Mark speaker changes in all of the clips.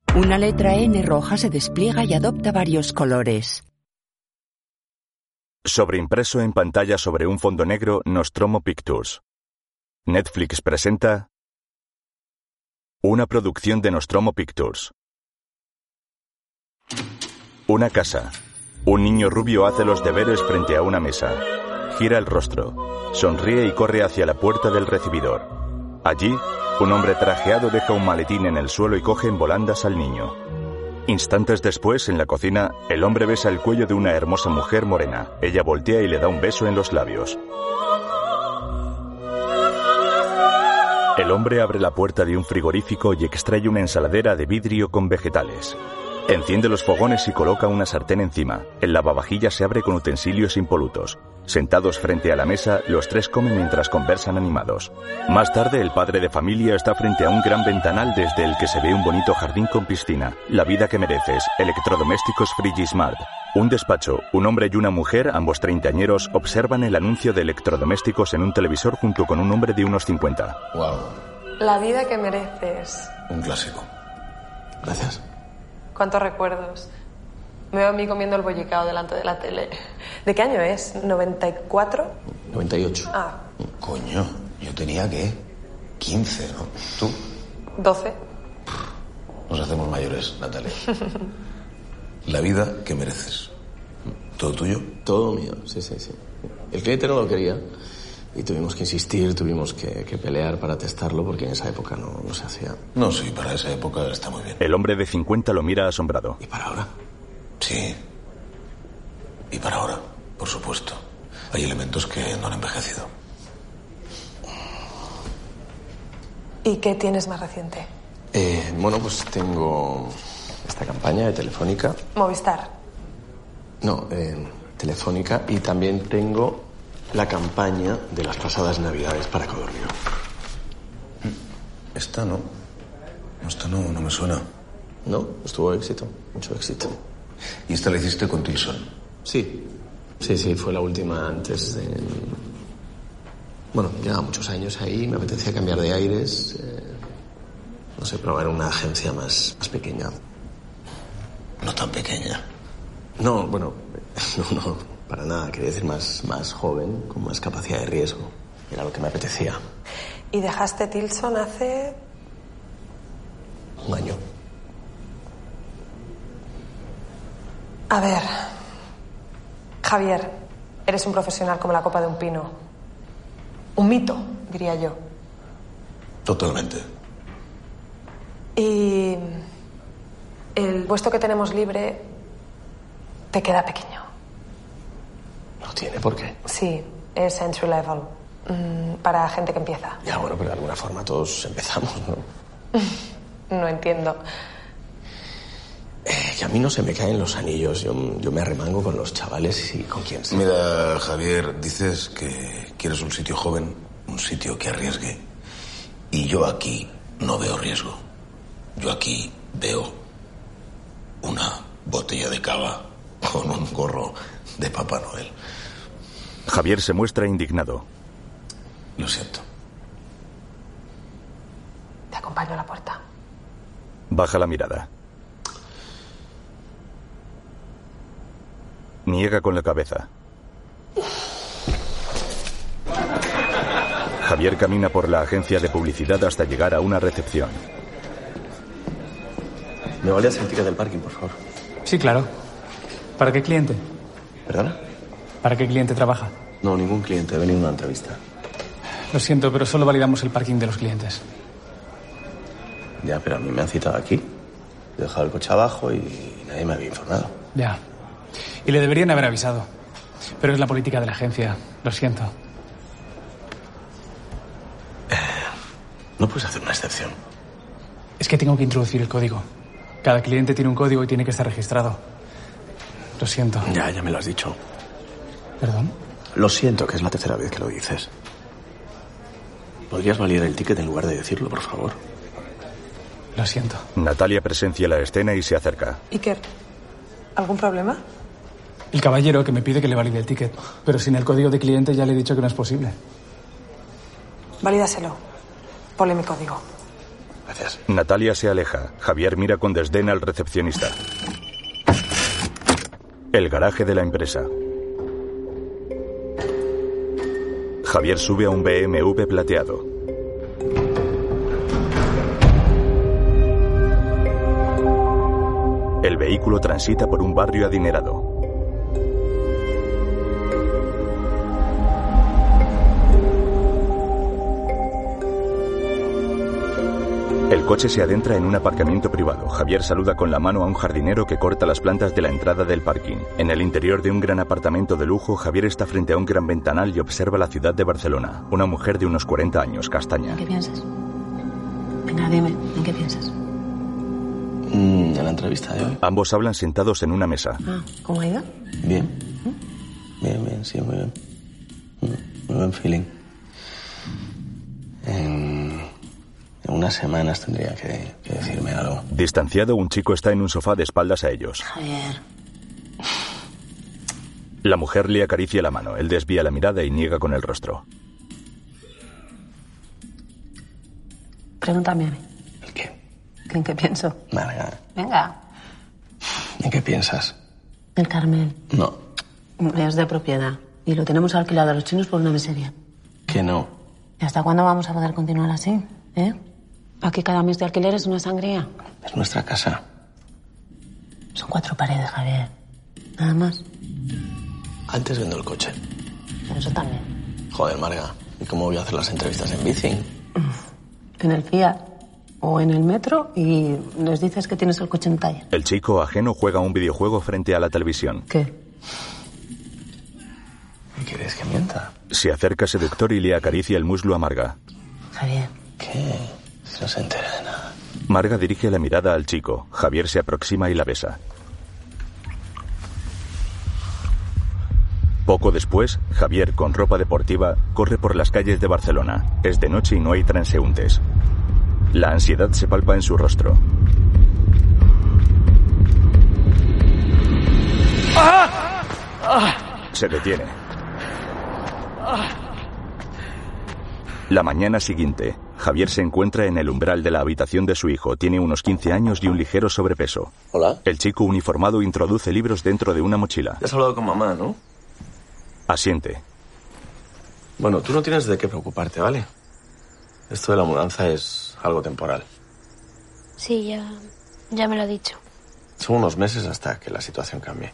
Speaker 1: Una letra N roja se despliega y adopta varios colores.
Speaker 2: Sobreimpreso en pantalla sobre un fondo negro, Nostromo Pictures. Netflix presenta una producción de Nostromo Pictures. Una casa. Un niño rubio hace los deberes frente a una mesa. Gira el rostro. Sonríe y corre hacia la puerta del recibidor. Allí, un hombre trajeado deja un maletín en el suelo y coge en volandas al niño. Instantes después, en la cocina, el hombre besa el cuello de una hermosa mujer morena. Ella voltea y le da un beso en los labios. El hombre abre la puerta de un frigorífico y extrae una ensaladera de vidrio con vegetales. Enciende los fogones y coloca una sartén encima. El lavavajillas se abre con utensilios impolutos. Sentados frente a la mesa, los tres comen mientras conversan animados. Más tarde, el padre de familia está frente a un gran ventanal desde el que se ve un bonito jardín con piscina. La vida que mereces. Electrodomésticos Frigismart. Un despacho, un hombre y una mujer, ambos treintañeros, observan el anuncio de electrodomésticos en un televisor junto con un hombre de unos 50.
Speaker 3: Wow.
Speaker 4: La vida que mereces.
Speaker 3: Un clásico. Gracias.
Speaker 4: ¿Cuántos recuerdos? Me veo a mí comiendo el bollicao delante de la tele. ¿De qué año es? ¿94?
Speaker 3: 98.
Speaker 4: Ah.
Speaker 3: Coño, yo tenía, ¿qué? 15, ¿no? ¿Tú?
Speaker 4: 12.
Speaker 3: Nos hacemos mayores, Natalia. La vida que mereces. ¿Todo tuyo?
Speaker 5: Todo mío, sí. El cliente no lo quería y tuvimos que insistir, tuvimos que pelear para testarlo porque en esa época no se hacía.
Speaker 3: No, sí, para esa época está muy bien.
Speaker 2: El hombre de 50 lo mira asombrado.
Speaker 5: ¿Y para ahora?
Speaker 3: Sí. Y para ahora, por supuesto. Hay elementos que no han envejecido.
Speaker 4: ¿Y qué tienes más reciente?
Speaker 5: Bueno, pues tengo esta campaña de Telefónica.
Speaker 4: Movistar.
Speaker 5: No, Telefónica. Y también tengo la campaña de las pasadas Navidades para Codorníu.
Speaker 3: Esta no. Esta no me suena.
Speaker 5: No, estuvo éxito, mucho éxito.
Speaker 3: ¿Y esta la hiciste con Tilson?
Speaker 5: Sí, fue la última antes de... Bueno, llevaba muchos años ahí, me apetecía cambiar de aires, no sé, probar una agencia más pequeña.
Speaker 3: No tan pequeña.
Speaker 5: No, bueno, no, para nada, quería decir más joven, con más capacidad de riesgo. Era lo que me apetecía.
Speaker 4: ¿Y dejaste Tilson hace...?
Speaker 5: Un año.
Speaker 4: A ver, Javier, eres un profesional como la copa de un pino. Un mito, diría yo.
Speaker 3: Totalmente.
Speaker 4: Y el puesto que tenemos libre te queda pequeño.
Speaker 5: No tiene por qué.
Speaker 4: Sí, es entry level. Para gente que empieza.
Speaker 5: Ya, bueno, pero de alguna forma todos empezamos, ¿no?
Speaker 4: No entiendo.
Speaker 5: Que a mí no se me caen los anillos. Yo me arremango con los chavales y con quien sea.
Speaker 3: Mira, Javier, dices que quieres un sitio joven, un sitio que arriesgue. Y yo aquí no veo riesgo. Yo aquí veo una botella de cava con un gorro de Papá Noel.
Speaker 2: Javier se muestra indignado.
Speaker 3: Lo siento.
Speaker 4: Te acompaño a la puerta.
Speaker 2: Baja la mirada. Niega con la cabeza. Javier camina por la agencia de publicidad hasta llegar a una recepción.
Speaker 5: ¿Me vale el ticket del parking, por favor?
Speaker 6: Sí, claro. ¿Para qué cliente?
Speaker 5: ¿Perdona?
Speaker 6: ¿Para qué cliente trabaja?
Speaker 5: No, ningún cliente. He venido a una entrevista.
Speaker 6: Lo siento, pero solo validamos el parking de los clientes.
Speaker 5: Ya, pero a mí me han citado aquí. He dejado el coche abajo y nadie me había informado.
Speaker 6: Ya. Y le deberían haber avisado. Pero es la política de la agencia. Lo siento.
Speaker 5: ¿No puedes hacer una excepción?
Speaker 6: Es que tengo que introducir el código. Cada cliente tiene un código y tiene que estar registrado. Lo siento.
Speaker 5: Ya me lo has dicho.
Speaker 6: ¿Perdón?
Speaker 5: Lo siento, que es la tercera vez que lo dices. ¿Podrías validar el ticket en lugar de decirlo, por favor?
Speaker 6: Lo siento.
Speaker 2: Natalia presencia la escena y se acerca.
Speaker 4: Iker, ¿algún problema?
Speaker 6: El caballero que me pide que le valide el ticket. Pero sin el código de cliente ya le he dicho que no es posible.
Speaker 4: Valídaselo. Ponle mi código.
Speaker 5: Gracias.
Speaker 3: Gracias.
Speaker 2: Natalia se aleja. Javier mira con desdén al recepcionista. El garaje de la empresa. Javier sube a un BMW plateado. El vehículo transita por un barrio adinerado. El coche se adentra en un aparcamiento privado. Javier saluda con la mano a un jardinero que corta las plantas de la entrada del parking. En el interior de un gran apartamento de lujo, Javier está frente a un gran ventanal y observa la ciudad de Barcelona. Una mujer de unos 40 años, castaña.
Speaker 7: ¿En qué piensas? Venga, dime, ¿en qué piensas?
Speaker 5: En la entrevista de hoy.
Speaker 2: Ambos hablan sentados en una mesa.
Speaker 7: ¿Cómo ha ido?
Speaker 5: Bien. Bien, sí, muy bien. Muy buen feeling. En unas semanas tendría que decirme algo.
Speaker 2: Distanciado, un chico está en un sofá de espaldas a ellos.
Speaker 7: Javier.
Speaker 2: La mujer le acaricia la mano. Él desvía la mirada y niega con el rostro.
Speaker 7: Pregúntame a mí.
Speaker 5: ¿El qué?
Speaker 7: ¿En qué pienso?
Speaker 5: Marga.
Speaker 7: Venga.
Speaker 5: ¿En qué piensas?
Speaker 7: El Carmel.
Speaker 5: No.
Speaker 7: Es de propiedad. Y lo tenemos alquilado a los chinos por una miseria.
Speaker 5: Que no.
Speaker 7: ¿Y hasta cuándo vamos a poder continuar así? Aquí cada mes de alquiler es una sangría.
Speaker 5: Es nuestra casa.
Speaker 7: Son 4 paredes, Javier. Nada más.
Speaker 5: Antes vendo el coche.
Speaker 7: Pero eso también.
Speaker 5: Joder, Marga. ¿Y cómo voy a hacer las entrevistas en bici?
Speaker 7: En el Fiat o en el metro y les dices que tienes el coche en talla.
Speaker 2: El chico, ajeno, juega un videojuego frente a la televisión.
Speaker 7: ¿Qué?
Speaker 5: ¿Qué quieres que mienta?
Speaker 2: Se acerca seductor y le acaricia el muslo a Marga.
Speaker 7: Javier.
Speaker 5: ¿Qué? No se entera de nada.
Speaker 2: Marga dirige la mirada al chico. Javier se aproxima y la besa. Poco después, Javier, con ropa deportiva, corre por las calles de Barcelona. Es de noche y no hay transeúntes. La ansiedad se palpa en su rostro. Se detiene. La mañana siguiente, Javier se encuentra en el umbral de la habitación de su hijo. Tiene unos 15 años y un ligero sobrepeso.
Speaker 5: Hola.
Speaker 2: El chico uniformado introduce libros dentro de una mochila.
Speaker 5: Ya has hablado con mamá, ¿no?
Speaker 2: Asiente.
Speaker 5: Bueno, tú no tienes de qué preocuparte, ¿vale? Esto de la mudanza es algo temporal.
Speaker 8: Sí, ya me lo ha dicho.
Speaker 5: Son unos meses hasta que la situación cambie.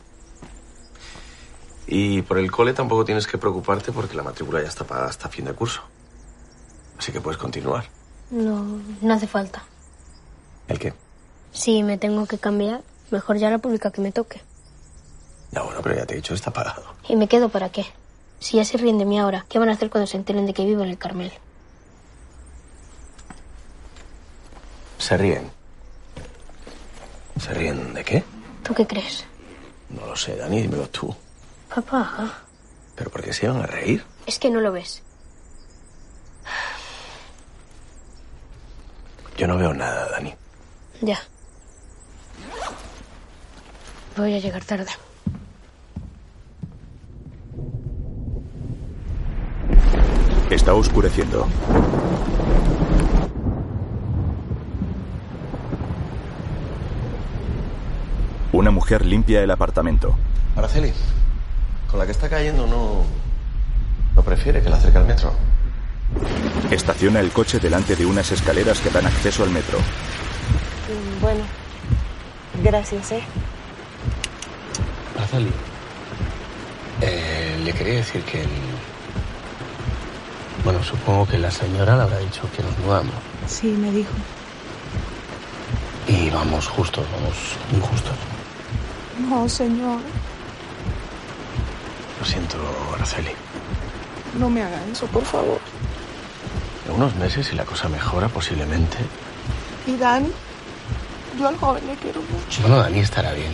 Speaker 5: Y por el cole tampoco tienes que preocuparte porque la matrícula ya está pagada hasta fin de curso. Así que puedes continuar.
Speaker 8: No hace falta.
Speaker 5: ¿El qué?
Speaker 8: Si me tengo que cambiar, mejor ya la pública que me toque.
Speaker 5: Ya bueno, pero ya te he dicho, está pagado.
Speaker 8: ¿Y me quedo para qué? Si ya se ríen de mí ahora, ¿qué van a hacer cuando se enteren de que vivo en el Carmel?
Speaker 5: Se ríen. ¿Se ríen de qué?
Speaker 8: ¿Tú qué crees?
Speaker 5: No lo sé, Dani, dímelo tú.
Speaker 8: Papá.
Speaker 5: ¿Pero por qué se iban a reír?
Speaker 8: Es que no lo ves.
Speaker 5: Yo no veo nada, Dani.
Speaker 8: Ya. Voy a llegar tarde.
Speaker 2: Está oscureciendo. Una mujer limpia el apartamento.
Speaker 5: Araceli, con la que está cayendo no prefiere que la acerque al metro.
Speaker 2: Estaciona el coche delante de unas escaleras que dan acceso al metro.
Speaker 4: Bueno, gracias,
Speaker 5: Araceli, le quería decir que... Bueno, supongo que la señora le habrá dicho que nos mudamos.
Speaker 9: Sí, me dijo.
Speaker 5: Y vamos justos, vamos muy justos.
Speaker 9: No, señor.
Speaker 5: Lo siento, Araceli.
Speaker 9: No me haga eso, por favor.
Speaker 5: En unos meses, si la cosa mejora, posiblemente...
Speaker 9: ¿Y Dani? Yo al joven le quiero mucho.
Speaker 5: Bueno, Dani estará bien.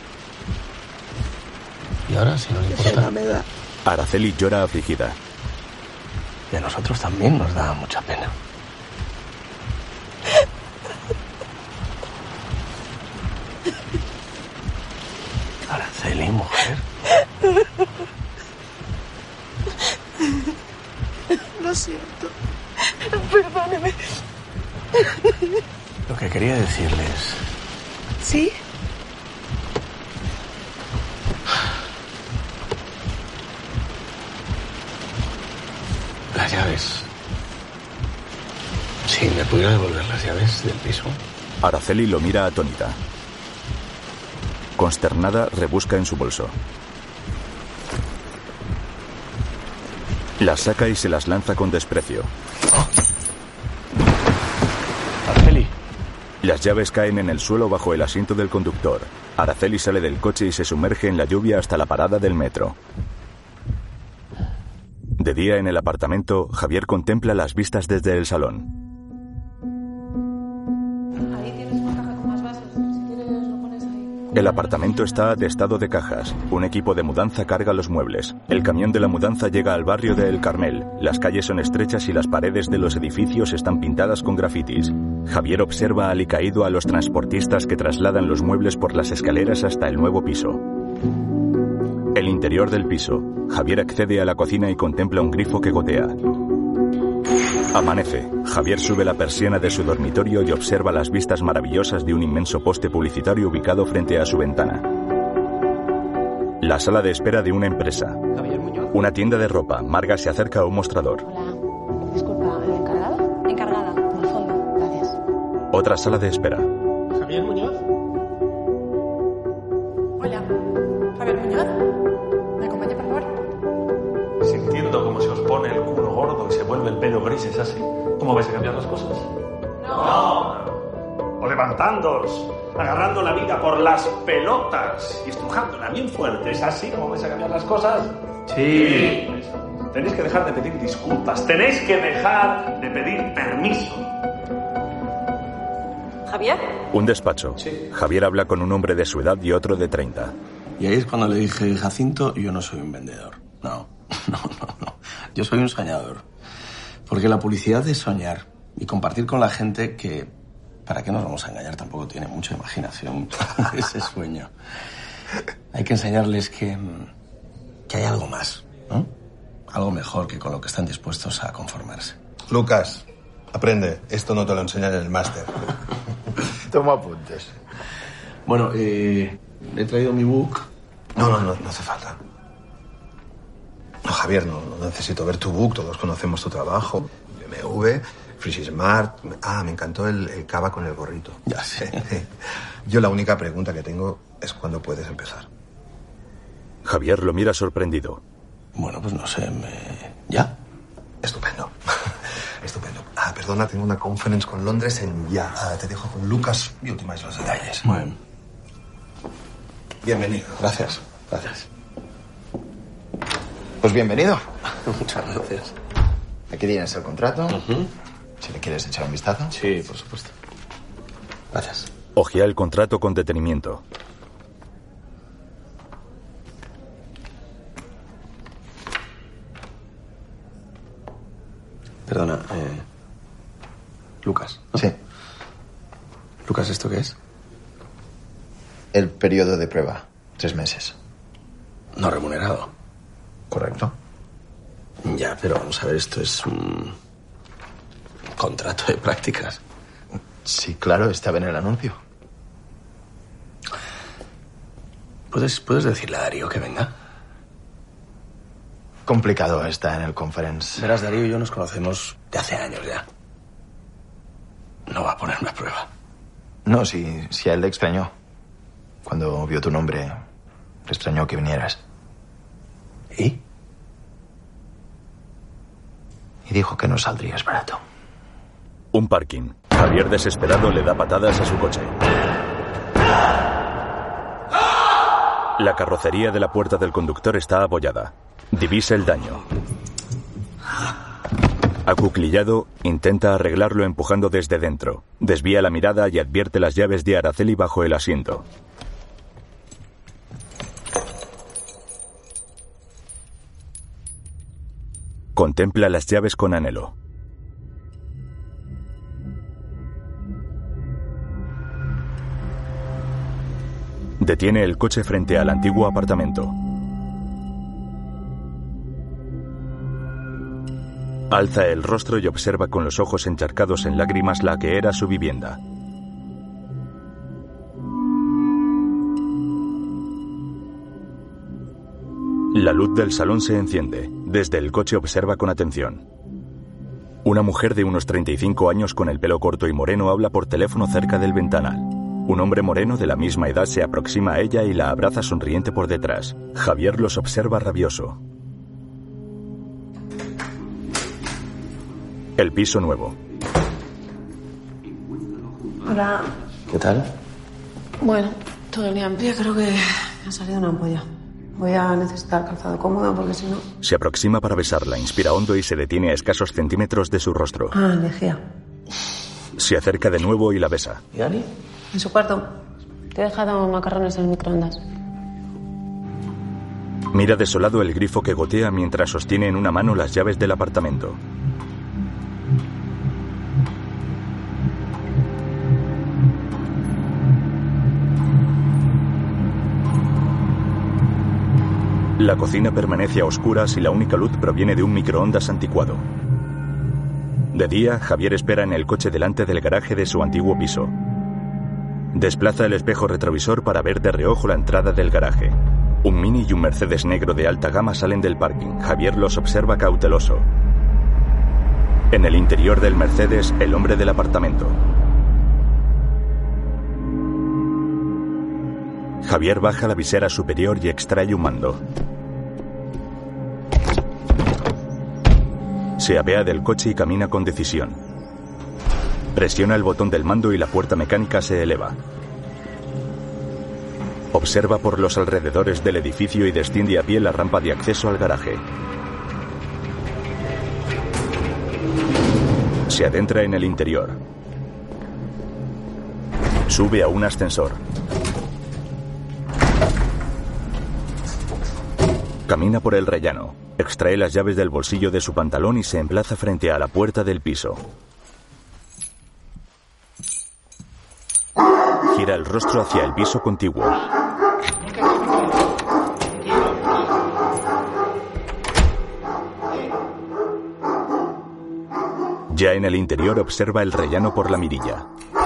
Speaker 5: Y ahora, si no le
Speaker 9: Qué pena
Speaker 5: importa...
Speaker 9: me da.
Speaker 2: Araceli llora afligida.
Speaker 5: Y a nosotros también nos da mucha pena. Araceli, mujer.
Speaker 9: Lo siento. Perdóneme.
Speaker 5: quería decirles...
Speaker 9: ¿Sí?
Speaker 5: Las llaves. Sí, ¿me pudiera devolver las llaves del piso?
Speaker 2: Araceli lo mira atónita. Consternada, rebusca en su bolso. Las saca y se las lanza con desprecio.
Speaker 6: Araceli.
Speaker 2: Las llaves caen en el suelo bajo el asiento del conductor. Araceli sale del coche y se sumerge en la lluvia hasta la parada del metro. De día en el apartamento, Javier contempla las vistas desde el salón.
Speaker 4: Ahí tienes una caja con más vasos. Si quieres lo pones ahí.
Speaker 2: El apartamento está atestado de cajas. Un equipo de mudanza carga los muebles. El camión de la mudanza llega al barrio de El Carmel. Las calles son estrechas y las paredes de los edificios están pintadas con grafitis. Javier observa alicaído a los transportistas que trasladan los muebles por las escaleras hasta el nuevo piso. El interior del piso. Javier accede a la cocina y contempla un grifo que gotea. Amanece. Javier sube la persiana de su dormitorio y observa las vistas maravillosas de un inmenso poste publicitario ubicado frente a su ventana. La sala de espera de una empresa. Una tienda de ropa. Marga se acerca a un mostrador.
Speaker 4: Hola. Disculpa, ¿encargada? Encargada, al fondo. Gracias.
Speaker 2: Otra sala de espera.
Speaker 10: ¿Javier Muñoz?
Speaker 9: Hola. Javier Muñoz. ¿Me acompaña, por favor?
Speaker 10: Sintiendo cómo se os pone el culo gordo y se vuelve el pelo gris, ¿es así? ¿Cómo vais a cambiar las cosas? ¡No! O levantándoos, agarrando la vida por las pelotas y estrujándola bien fuerte, ¿es así como vais a cambiar las cosas? Sí. Tenéis que dejar de pedir disculpas, tenéis que dejar de pedir permiso.
Speaker 4: ¿Javier?
Speaker 2: Un despacho.
Speaker 5: Sí.
Speaker 2: Javier habla con un hombre de su edad y otro de 30.
Speaker 5: Y ahí es cuando le dije, Jacinto, yo no soy un vendedor. No. Yo soy un soñador. Porque la publicidad es soñar y compartir con la gente que, ¿para qué nos vamos a engañar? Tampoco tiene mucha imaginación ese sueño. Hay que enseñarles que hay algo más, ¿no? Algo mejor que con lo que están dispuestos a conformarse.
Speaker 11: Lucas, aprende. Esto no te lo enseñan en el máster. Toma apuntes.
Speaker 5: Bueno, he traído mi book.
Speaker 11: No hace falta. No, Javier, no necesito ver tu book. Todos conocemos tu trabajo. BMW, Fresh Smart. Me encantó el cava con el gorrito.
Speaker 5: Ya sé.
Speaker 11: Yo la única pregunta que tengo es ¿cuándo puedes empezar?
Speaker 2: Javier lo mira sorprendido.
Speaker 5: Bueno, pues no sé, ¿ya?
Speaker 11: Estupendo. Estupendo. Perdona, tengo una conference con Londres en ya. Te dejo con Lucas y ultimáis los detalles.
Speaker 5: Bueno.
Speaker 11: Bienvenido.
Speaker 5: Gracias.
Speaker 12: Pues bienvenido.
Speaker 5: Muchas gracias.
Speaker 12: Aquí tienes el contrato. Si le quieres echar un vistazo.
Speaker 5: Sí, por supuesto. Gracias.
Speaker 2: Ojea el contrato con detenimiento.
Speaker 5: Perdona, Lucas, ¿no?
Speaker 12: Sí.
Speaker 5: Lucas, ¿esto qué es?
Speaker 12: El periodo de prueba. 3 meses.
Speaker 5: No remunerado.
Speaker 12: Correcto.
Speaker 5: Ya, pero vamos a ver, esto es un contrato de prácticas.
Speaker 12: Sí, claro, estaba en el anuncio.
Speaker 5: ¿Puedes decirle a Darío que venga?
Speaker 12: Complicado está en el conference.
Speaker 5: Verás, Darío y yo nos conocemos de hace años ya. No va a ponerme a prueba.
Speaker 12: No, si a él le extrañó. Cuando vio tu nombre, le extrañó que vinieras.
Speaker 5: ¿Y?
Speaker 12: Y dijo que no saldrías barato.
Speaker 2: Un parking. Javier, desesperado, le da patadas a su coche. La carrocería de la puerta del conductor está abollada. Divisa el daño. Acuclillado, intenta arreglarlo empujando desde dentro. Desvía la mirada y advierte las llaves de Araceli bajo el asiento. Contempla las llaves con anhelo. Detiene el coche frente al antiguo apartamento. Alza el rostro y observa con los ojos encharcados en lágrimas la que era su vivienda. La luz del salón se enciende. Desde el coche observa con atención. Una mujer de unos 35 años con el pelo corto y moreno habla por teléfono cerca del ventanal. Un hombre moreno de la misma edad se aproxima a ella y la abraza sonriente por detrás. Javier los observa rabioso. El piso nuevo.
Speaker 7: Hola.
Speaker 5: ¿Qué tal?
Speaker 7: Bueno, todo el día en pie, creo que me ha salido una ampolla. Voy a necesitar calzado cómodo porque si no...
Speaker 2: Se aproxima para besarla, inspira hondo y se detiene a escasos centímetros de su rostro.
Speaker 7: Ah, lejía.
Speaker 2: Se acerca de nuevo y la besa.
Speaker 5: ¿Y Ani?
Speaker 7: En su cuarto. Te he dejado macarrones en el microondas.
Speaker 2: Mira desolado el grifo que gotea mientras sostiene en una mano las llaves del apartamento. La cocina permanece a oscuras y la única luz proviene de un microondas anticuado. De día, Javier espera en el coche delante del garaje de su antiguo piso. Desplaza el espejo retrovisor para ver de reojo la entrada del garaje. Un Mini y un Mercedes negro de alta gama salen del parking. Javier los observa cauteloso. En el interior del Mercedes, el hombre del apartamento. Javier baja la visera superior y extrae un mando. Se apea del coche y camina con decisión. Presiona el botón del mando y la puerta mecánica se eleva. Observa por los alrededores del edificio y desciende a pie la rampa de acceso al garaje. Se adentra en el interior. Sube a un ascensor. Camina por el rellano, extrae las llaves del bolsillo de su pantalón y se emplaza frente a la puerta del piso. Gira el rostro hacia el piso contiguo. Ya en el interior observa el rellano por la mirilla.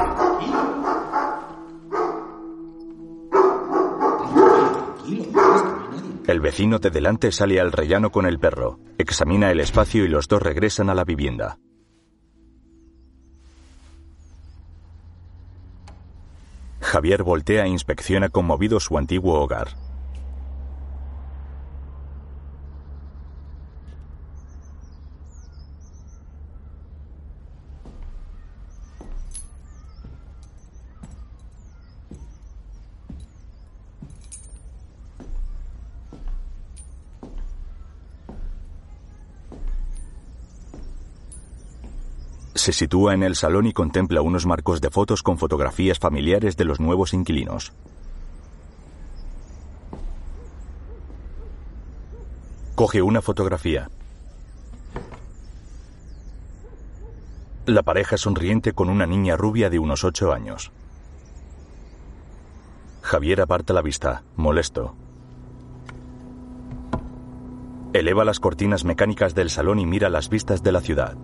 Speaker 2: El vecino de delante sale al rellano con el perro, examina el espacio y los dos regresan a la vivienda. Javier voltea e inspecciona conmovido su antiguo hogar. Se sitúa en el salón y contempla unos marcos de fotos con fotografías familiares de los nuevos inquilinos. Coge una fotografía. La pareja sonriente con una niña rubia de unos 8 años. Javier aparta la vista, molesto. Eleva las cortinas mecánicas del salón y mira las vistas de la ciudad.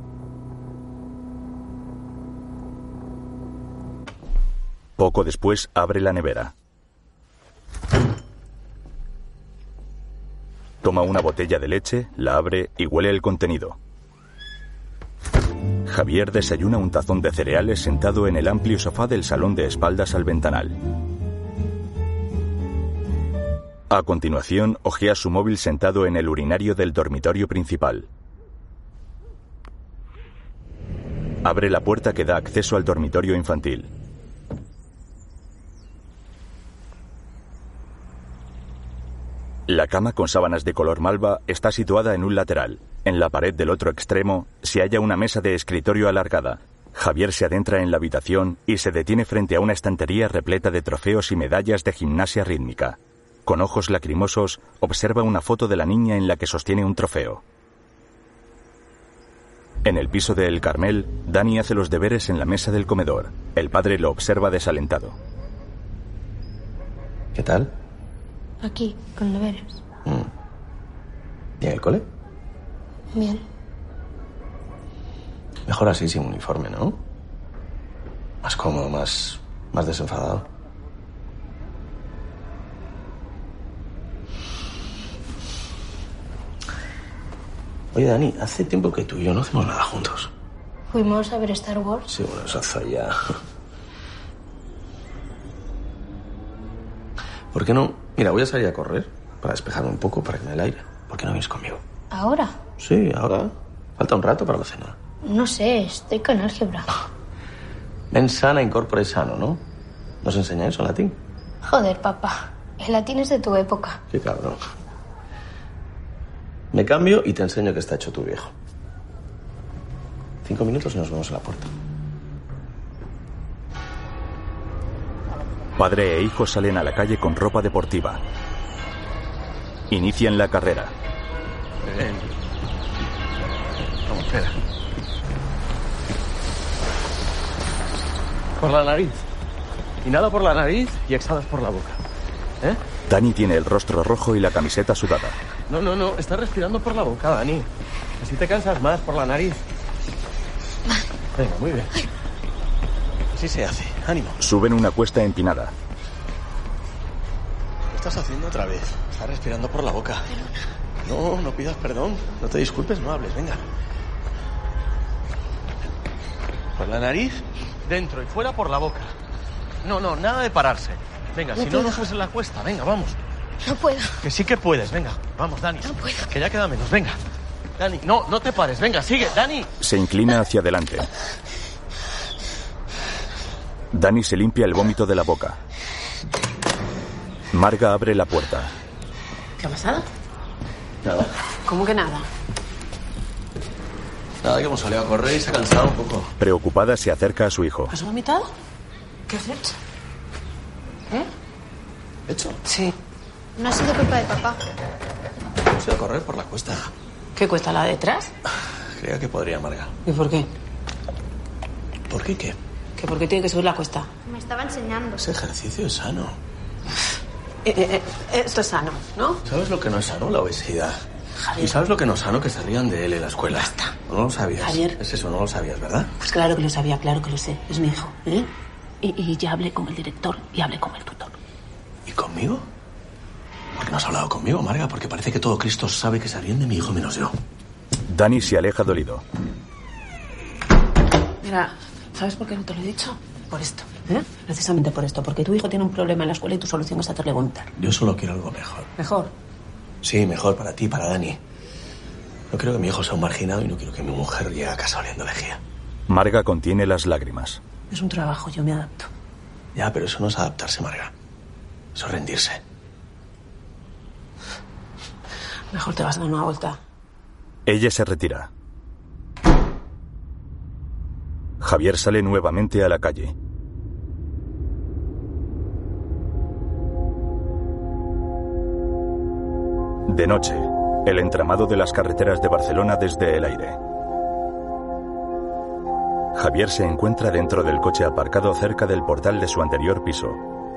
Speaker 2: Poco después abre la nevera. Toma una botella de leche, la abre y huele el contenido. Javier desayuna un tazón de cereales sentado en el amplio sofá del salón de espaldas al ventanal. A continuación, hojea su móvil sentado en el urinario del dormitorio principal. Abre la puerta que da acceso al dormitorio infantil. La cama con sábanas de color malva está situada en un lateral. En la pared del otro extremo se halla una mesa de escritorio alargada. Javier se adentra en la habitación y se detiene frente a una estantería repleta de trofeos y medallas de gimnasia rítmica. Con ojos lacrimosos, observa una foto de la niña en la que sostiene un trofeo. En el piso de El Carmel, Dani hace los deberes en la mesa del comedor. El padre lo observa desalentado.
Speaker 5: ¿Qué tal?
Speaker 8: Aquí, con deberes.
Speaker 5: ¿Y en el cole?
Speaker 8: Bien.
Speaker 5: Mejor así, sin uniforme, ¿no? Más cómodo, más desenfadado. Oye, Dani, hace tiempo que tú y yo no hacemos nada juntos.
Speaker 8: Fuimos a ver Star Wars.
Speaker 5: Sí, bueno, eso hace ya... ¿Por qué no? Mira, voy a salir a correr para despejarme un poco, para que me dé el aire. ¿Por qué no vienes conmigo?
Speaker 8: ¿Ahora?
Speaker 5: Sí, ahora. Falta un rato para la cena.
Speaker 8: No sé, estoy con álgebra.
Speaker 5: Mens sana incorpore sano, ¿no? ¿Nos enseña eso en latín?
Speaker 8: Joder, papá. El latín es de tu época.
Speaker 5: Qué cabrón. Me cambio y te enseño que está hecho tu viejo. 5 minutos y nos vemos a la puerta.
Speaker 2: Padre e hijo salen a la calle con ropa deportiva. Inician la carrera.
Speaker 5: Ven. Vamos, espera. Por la nariz. Inhala por la nariz y exhalas por la boca. ¿Eh?
Speaker 2: Dani tiene el rostro rojo y la camiseta sudada.
Speaker 5: No. Estás respirando por la boca, Dani. Así te cansas más por la nariz. Venga, muy bien. Así se hace. Ánimo.
Speaker 2: Suben una cuesta empinada.
Speaker 5: Lo estás haciendo otra vez. Estás respirando por la boca. No pidas perdón. No te disculpes, no hables. Venga. Por la nariz, dentro y fuera por la boca. No, nada de pararse. Venga, si no subes en la cuesta. Venga, vamos.
Speaker 8: No puedo.
Speaker 5: Que sí que puedes. Venga, vamos, Dani.
Speaker 8: No puedo.
Speaker 5: Que ya queda menos. Venga. Dani, no te pares. Venga, sigue. Dani.
Speaker 2: Se inclina hacia adelante. Dani se limpia el vómito de la boca. Marga abre la puerta.
Speaker 7: ¿Qué ha pasado?
Speaker 5: Nada.
Speaker 7: ¿Cómo que nada?
Speaker 5: Nada, que hemos salido a correr y se ha cansado un poco.
Speaker 2: Preocupada se acerca a su hijo.
Speaker 7: ¿Has vomitado? ¿Qué has hecho?
Speaker 5: ¿Hecho?
Speaker 7: Sí.
Speaker 8: No ha sido culpa de papá.
Speaker 5: Hemos ido a correr por la cuesta.
Speaker 7: ¿Qué cuesta la de detrás?
Speaker 5: Creía que podría, Marga.
Speaker 7: ¿Y por qué?
Speaker 5: ¿Por qué qué?
Speaker 7: ¿Que por qué tiene que subir la cuesta?
Speaker 8: Me estaba enseñando.
Speaker 5: Ese ejercicio es sano.
Speaker 7: Esto es sano, ¿no?
Speaker 5: ¿Sabes lo que no es sano? La obesidad.
Speaker 7: Javier.
Speaker 5: ¿Y sabes lo que no es sano? Que se rían de él en la escuela.
Speaker 7: Basta.
Speaker 5: No lo sabías.
Speaker 7: Javier.
Speaker 5: Es eso, no lo sabías, ¿verdad?
Speaker 7: Pues claro que lo sabía, claro que lo sé. Es mi hijo, ¿eh? Y ya hablé con el director y hablé con el tutor.
Speaker 5: ¿Y conmigo? ¿Por qué no has hablado conmigo, Marga? Porque parece que todo Cristo sabe que se ríen de mi hijo menos yo.
Speaker 2: Dani se aleja dolido.
Speaker 7: Mira, ¿sabes por qué no te lo he dicho? Por esto, ¿eh? Precisamente por esto. Porque tu hijo tiene un problema en la escuela y tu solución es hacerle vomitar.
Speaker 5: Yo solo quiero algo mejor.
Speaker 7: ¿Mejor?
Speaker 5: Sí, mejor para ti, para Dani. No quiero que mi hijo sea un marginado y no quiero que mi mujer llegue a casa oliendo lejía.
Speaker 2: Marga contiene las lágrimas.
Speaker 7: Es un trabajo, yo me adapto.
Speaker 5: Ya, pero eso no es adaptarse, Marga. Eso es rendirse.
Speaker 7: Mejor te vas a dar una vuelta.
Speaker 2: Ella se retira. Javier sale nuevamente a la calle. De noche, el entramado de las carreteras de Barcelona desde el aire. Javier se encuentra dentro del coche aparcado cerca del portal de su anterior piso.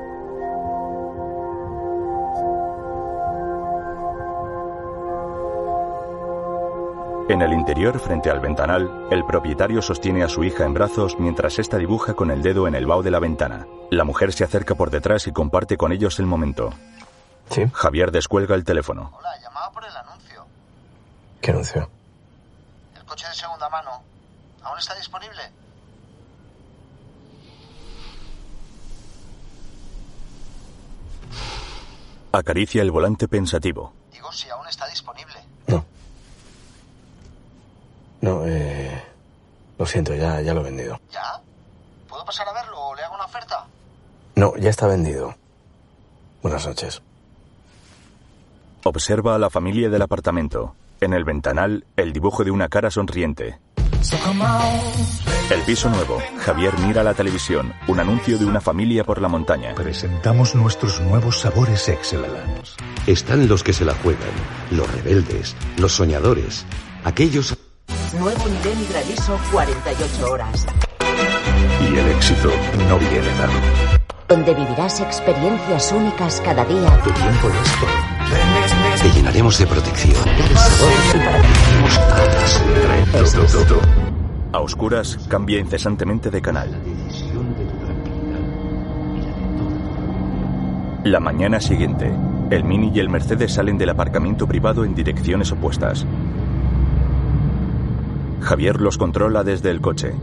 Speaker 2: En el interior, frente al ventanal, el propietario sostiene a su hija en brazos mientras ésta dibuja con el dedo en el vaho de la ventana. La mujer se acerca por detrás y comparte con ellos el momento.
Speaker 5: ¿Sí?
Speaker 2: Javier descuelga el teléfono.
Speaker 13: Hola, llamaba por el anuncio.
Speaker 5: ¿Qué anuncio?
Speaker 13: El coche de segunda mano. ¿Aún está disponible?
Speaker 2: Acaricia el volante pensativo.
Speaker 13: Digo, si aún está disponible.
Speaker 5: No, lo siento, ya lo he vendido.
Speaker 13: ¿Ya? ¿Puedo pasar a verlo o le hago una oferta?
Speaker 5: No, ya está vendido. Buenas noches.
Speaker 2: Observa a la familia del apartamento. En el ventanal, el dibujo de una cara sonriente. El piso nuevo. Javier mira la televisión. Un anuncio de una familia por la montaña.
Speaker 14: Presentamos nuestros nuevos sabores Excellent. Están los que se la juegan, los rebeldes, los soñadores, aquellos...
Speaker 15: Nuevo nivel granizo 48 horas.
Speaker 14: Y el éxito no viene dado.
Speaker 15: Donde vivirás experiencias únicas cada día.
Speaker 14: Tu tiempo no es todo. Te llenaremos de protección. Eres sabor y para ti.
Speaker 2: A oscuras, cambia incesantemente de canal. La mañana siguiente, el Mini y el Mercedes salen del aparcamiento privado en direcciones opuestas. Javier los controla desde el coche.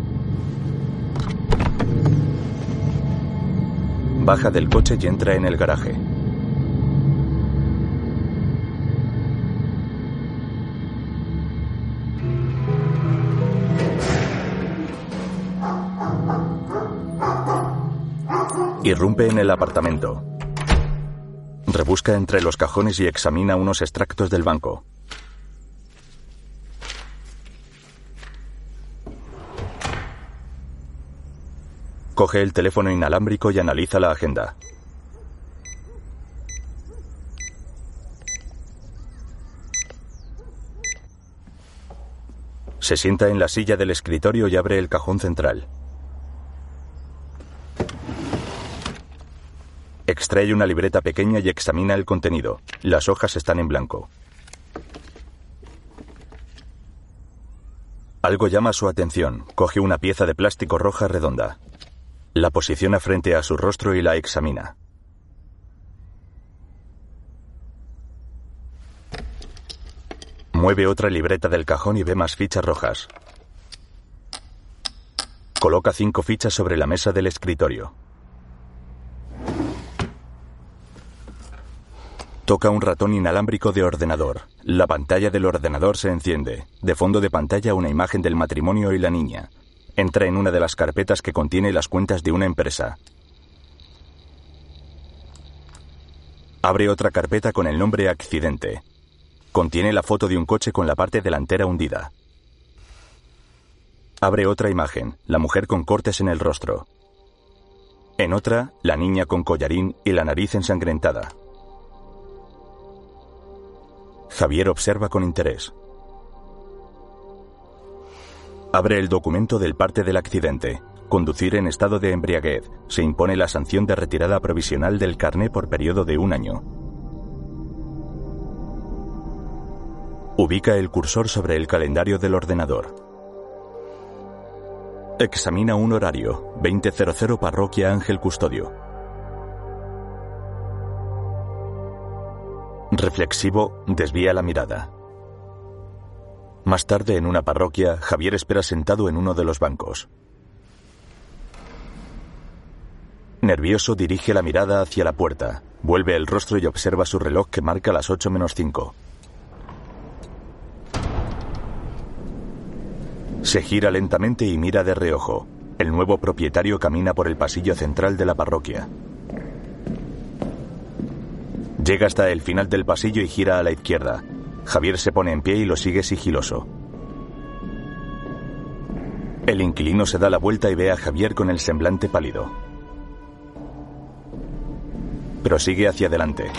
Speaker 2: Baja del coche y entra en el garaje. Irrumpe en el apartamento. Rebusca entre los cajones y examina unos extractos del banco. Coge el teléfono inalámbrico y analiza la agenda. Se sienta en la silla del escritorio y abre el cajón central. Extrae una libreta pequeña y examina el contenido. Las hojas están en blanco. Algo llama su atención. Coge una pieza de plástico roja redonda. La posiciona frente a su rostro y la examina. Mueve otra libreta del cajón y ve más fichas rojas. Coloca 5 fichas sobre la mesa del escritorio. Toca un ratón inalámbrico de ordenador. La pantalla del ordenador se enciende. De fondo de pantalla una imagen del matrimonio y la niña. Entra en una de las carpetas que contiene las cuentas de una empresa. Abre otra carpeta con el nombre accidente. Contiene la foto de un coche con la parte delantera hundida. Abre otra imagen, la mujer con cortes en el rostro. En otra, la niña con collarín y la nariz ensangrentada. Javier observa con interés. Abre el documento del parte del accidente. Conducir en estado de embriaguez. Se impone la sanción de retirada provisional del carné por periodo de 1 año. Ubica el cursor sobre el calendario del ordenador. Examina un horario. 20:00 Parroquia Ángel Custodio. Reflexivo, desvía la mirada. Más tarde, en una parroquia, Javier espera sentado en uno de los bancos. Nervioso, dirige la mirada hacia la puerta. Vuelve el rostro y observa su reloj que marca las 8:05. Se gira lentamente y mira de reojo. El nuevo propietario camina por el pasillo central de la parroquia. Llega hasta el final del pasillo y gira a la izquierda. Javier se pone en pie y lo sigue sigiloso. El inquilino se da la vuelta y ve a Javier con el semblante pálido. Prosigue hacia adelante.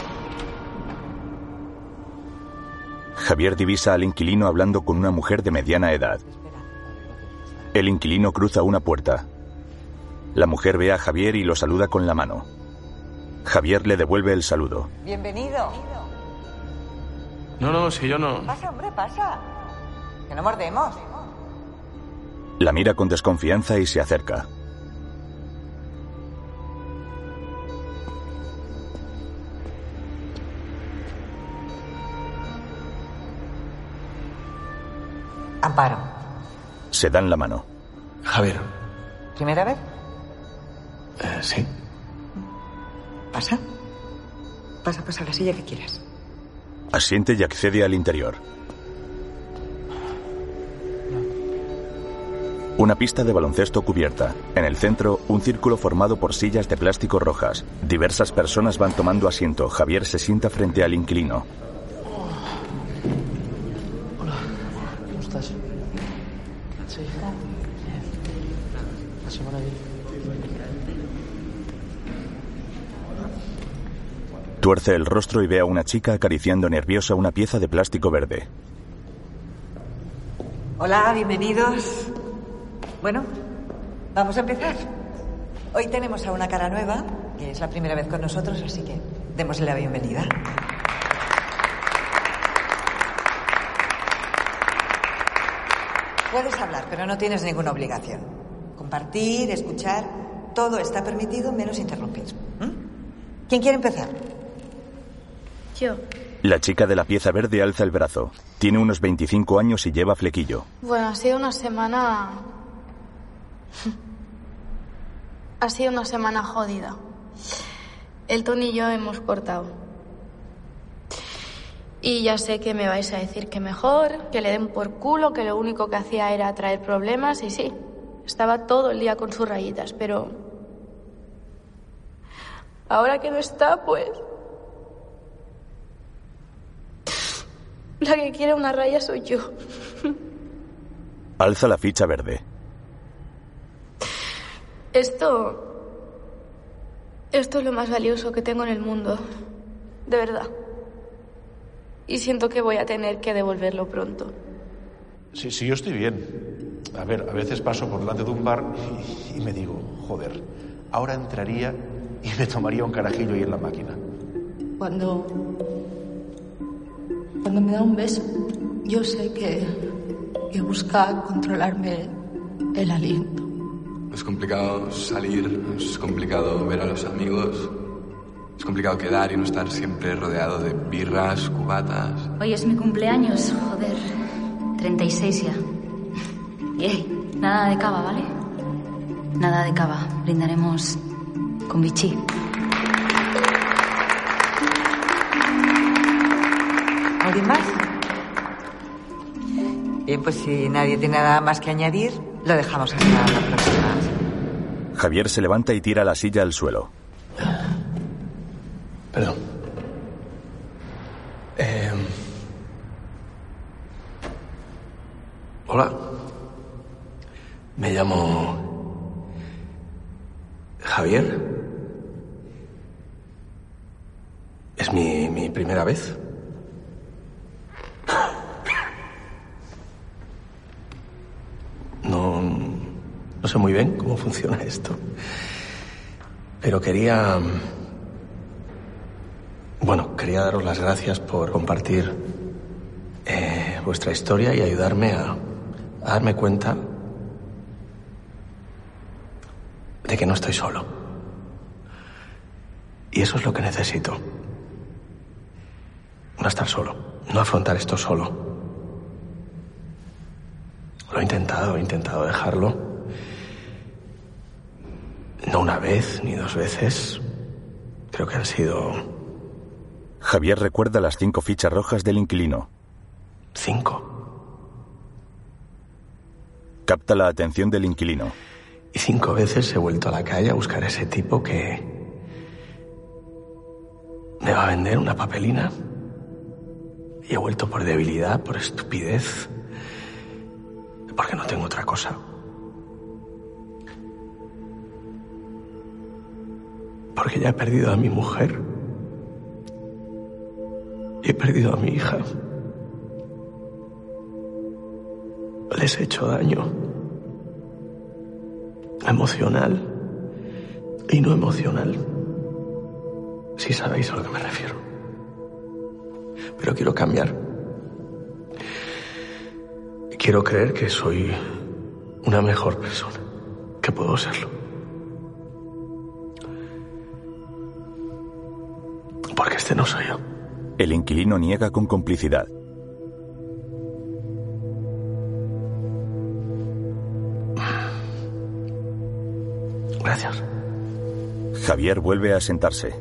Speaker 2: Javier divisa al inquilino hablando con una mujer de mediana edad. El inquilino cruza una puerta. La mujer ve a Javier y lo saluda con la mano. Javier le devuelve el saludo.
Speaker 16: Bienvenido.
Speaker 5: No, si yo no...
Speaker 16: Pasa, hombre, pasa. Que no mordemos.
Speaker 2: La mira con desconfianza y se acerca.
Speaker 16: Amparo.
Speaker 2: Se dan la mano.
Speaker 5: Javier.
Speaker 16: ¿Primera vez?
Speaker 5: Sí.
Speaker 16: Pasa. Pasa a la silla que quieras.
Speaker 2: Asiente y accede al interior. Una pista de baloncesto cubierta. En el centro, un círculo formado por sillas de plástico rojas. Diversas personas van tomando asiento. Javier se sienta frente al inquilino.
Speaker 5: Hola, ¿cómo estás? Sí. La semana bien.
Speaker 2: Tuerce el rostro y ve a una chica acariciando nerviosa una pieza de plástico verde.
Speaker 16: Hola, bienvenidos. Bueno, vamos a empezar. Hoy tenemos a una cara nueva, que es la primera vez con nosotros, así que démosle la bienvenida. Puedes hablar, pero no tienes ninguna obligación. Compartir, escuchar, todo está permitido menos interrumpir. ¿Quién quiere empezar?
Speaker 8: Yo.
Speaker 2: La chica de la pieza verde alza el brazo. Tiene unos 25 años y lleva flequillo.
Speaker 17: Bueno, ha sido una semana jodida. Elton y yo hemos cortado. Y ya sé que me vais a decir que mejor, que le den por culo, que lo único que hacía era traer problemas. Y sí, estaba todo el día con sus rayitas, pero ahora que no está, pues la que quiere una raya soy yo.
Speaker 2: Alza la ficha verde.
Speaker 17: Esto es lo más valioso que tengo en el mundo, de verdad. Y siento que voy a tener que devolverlo pronto.
Speaker 10: Sí, yo estoy bien. A ver, a veces paso por delante de un bar y me digo, joder, ahora entraría y me tomaría un carajillo ahí en la máquina.
Speaker 18: Cuando me da un beso, yo sé que busca controlarme el aliento.
Speaker 19: Es complicado salir, es complicado ver a los amigos, es complicado quedar y no estar siempre rodeado de birras, cubatas.
Speaker 20: Hoy es mi cumpleaños, joder. 36 ya. Y nada de cava, ¿vale? Nada de cava. Brindaremos con Vichy.
Speaker 16: ¿Alguien más? Bien, pues si nadie tiene nada más que añadir, lo dejamos hasta la próxima.
Speaker 2: Javier se levanta y tira la silla al suelo.
Speaker 5: Perdón. Hola. Me llamo Javier. Es mi primera vez. No sé muy bien cómo funciona esto. Pero quería daros las gracias por compartir vuestra historia y ayudarme a darme cuenta de que no estoy solo. Y eso es lo que necesito. No estar solo, no afrontar esto solo. Lo he intentado dejarlo. No una vez ni dos veces. Creo que han sido...
Speaker 2: Javier recuerda las 5 fichas rojas del inquilino.
Speaker 5: 5.
Speaker 2: Capta la atención del inquilino.
Speaker 5: Y 5 veces he vuelto a la calle a buscar a ese tipo que me va a vender una papelina. Y he vuelto por debilidad, por estupidez, porque no tengo otra cosa. Porque ya he perdido a mi mujer. Y he perdido a mi hija. Les he hecho daño. Emocional y no emocional. Si sabéis a lo que me refiero. Pero quiero cambiar. Quiero creer que soy una mejor persona. Que puedo serlo. Porque este no soy yo.
Speaker 2: El inquilino niega con complicidad.
Speaker 5: Gracias.
Speaker 2: Javier vuelve a sentarse.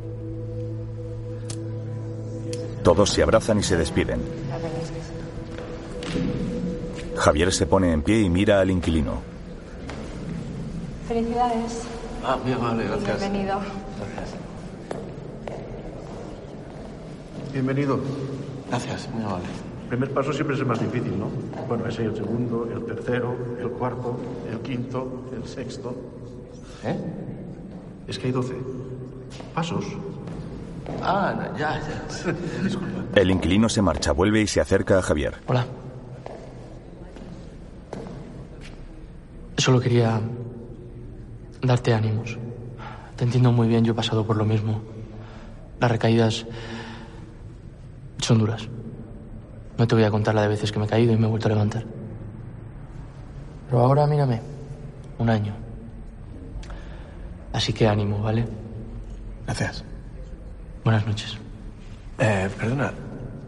Speaker 2: Todos se abrazan y se despiden. Javier se pone en pie y mira al inquilino.
Speaker 18: Felicidades.
Speaker 5: Muy amable, gracias.
Speaker 18: Bienvenido.
Speaker 5: Gracias. Bienvenido. Gracias, muy amable.
Speaker 10: El primer paso siempre es el más difícil, ¿no? Bueno, ese es el segundo, el tercero, el cuarto, el quinto, el sexto. Es que hay 12 pasos.
Speaker 5: No, ya. Disculpa.
Speaker 2: El inquilino se marcha, vuelve y se acerca a Javier.
Speaker 6: Hola. Solo quería darte ánimos. Te entiendo muy bien, yo he pasado por lo mismo. Las recaídas son duras. No te voy a contar la de veces que me he caído y me he vuelto a levantar. Pero ahora mírame, 1 año. Así que ánimo, ¿vale?
Speaker 5: Gracias.
Speaker 6: Buenas noches.
Speaker 5: Perdona,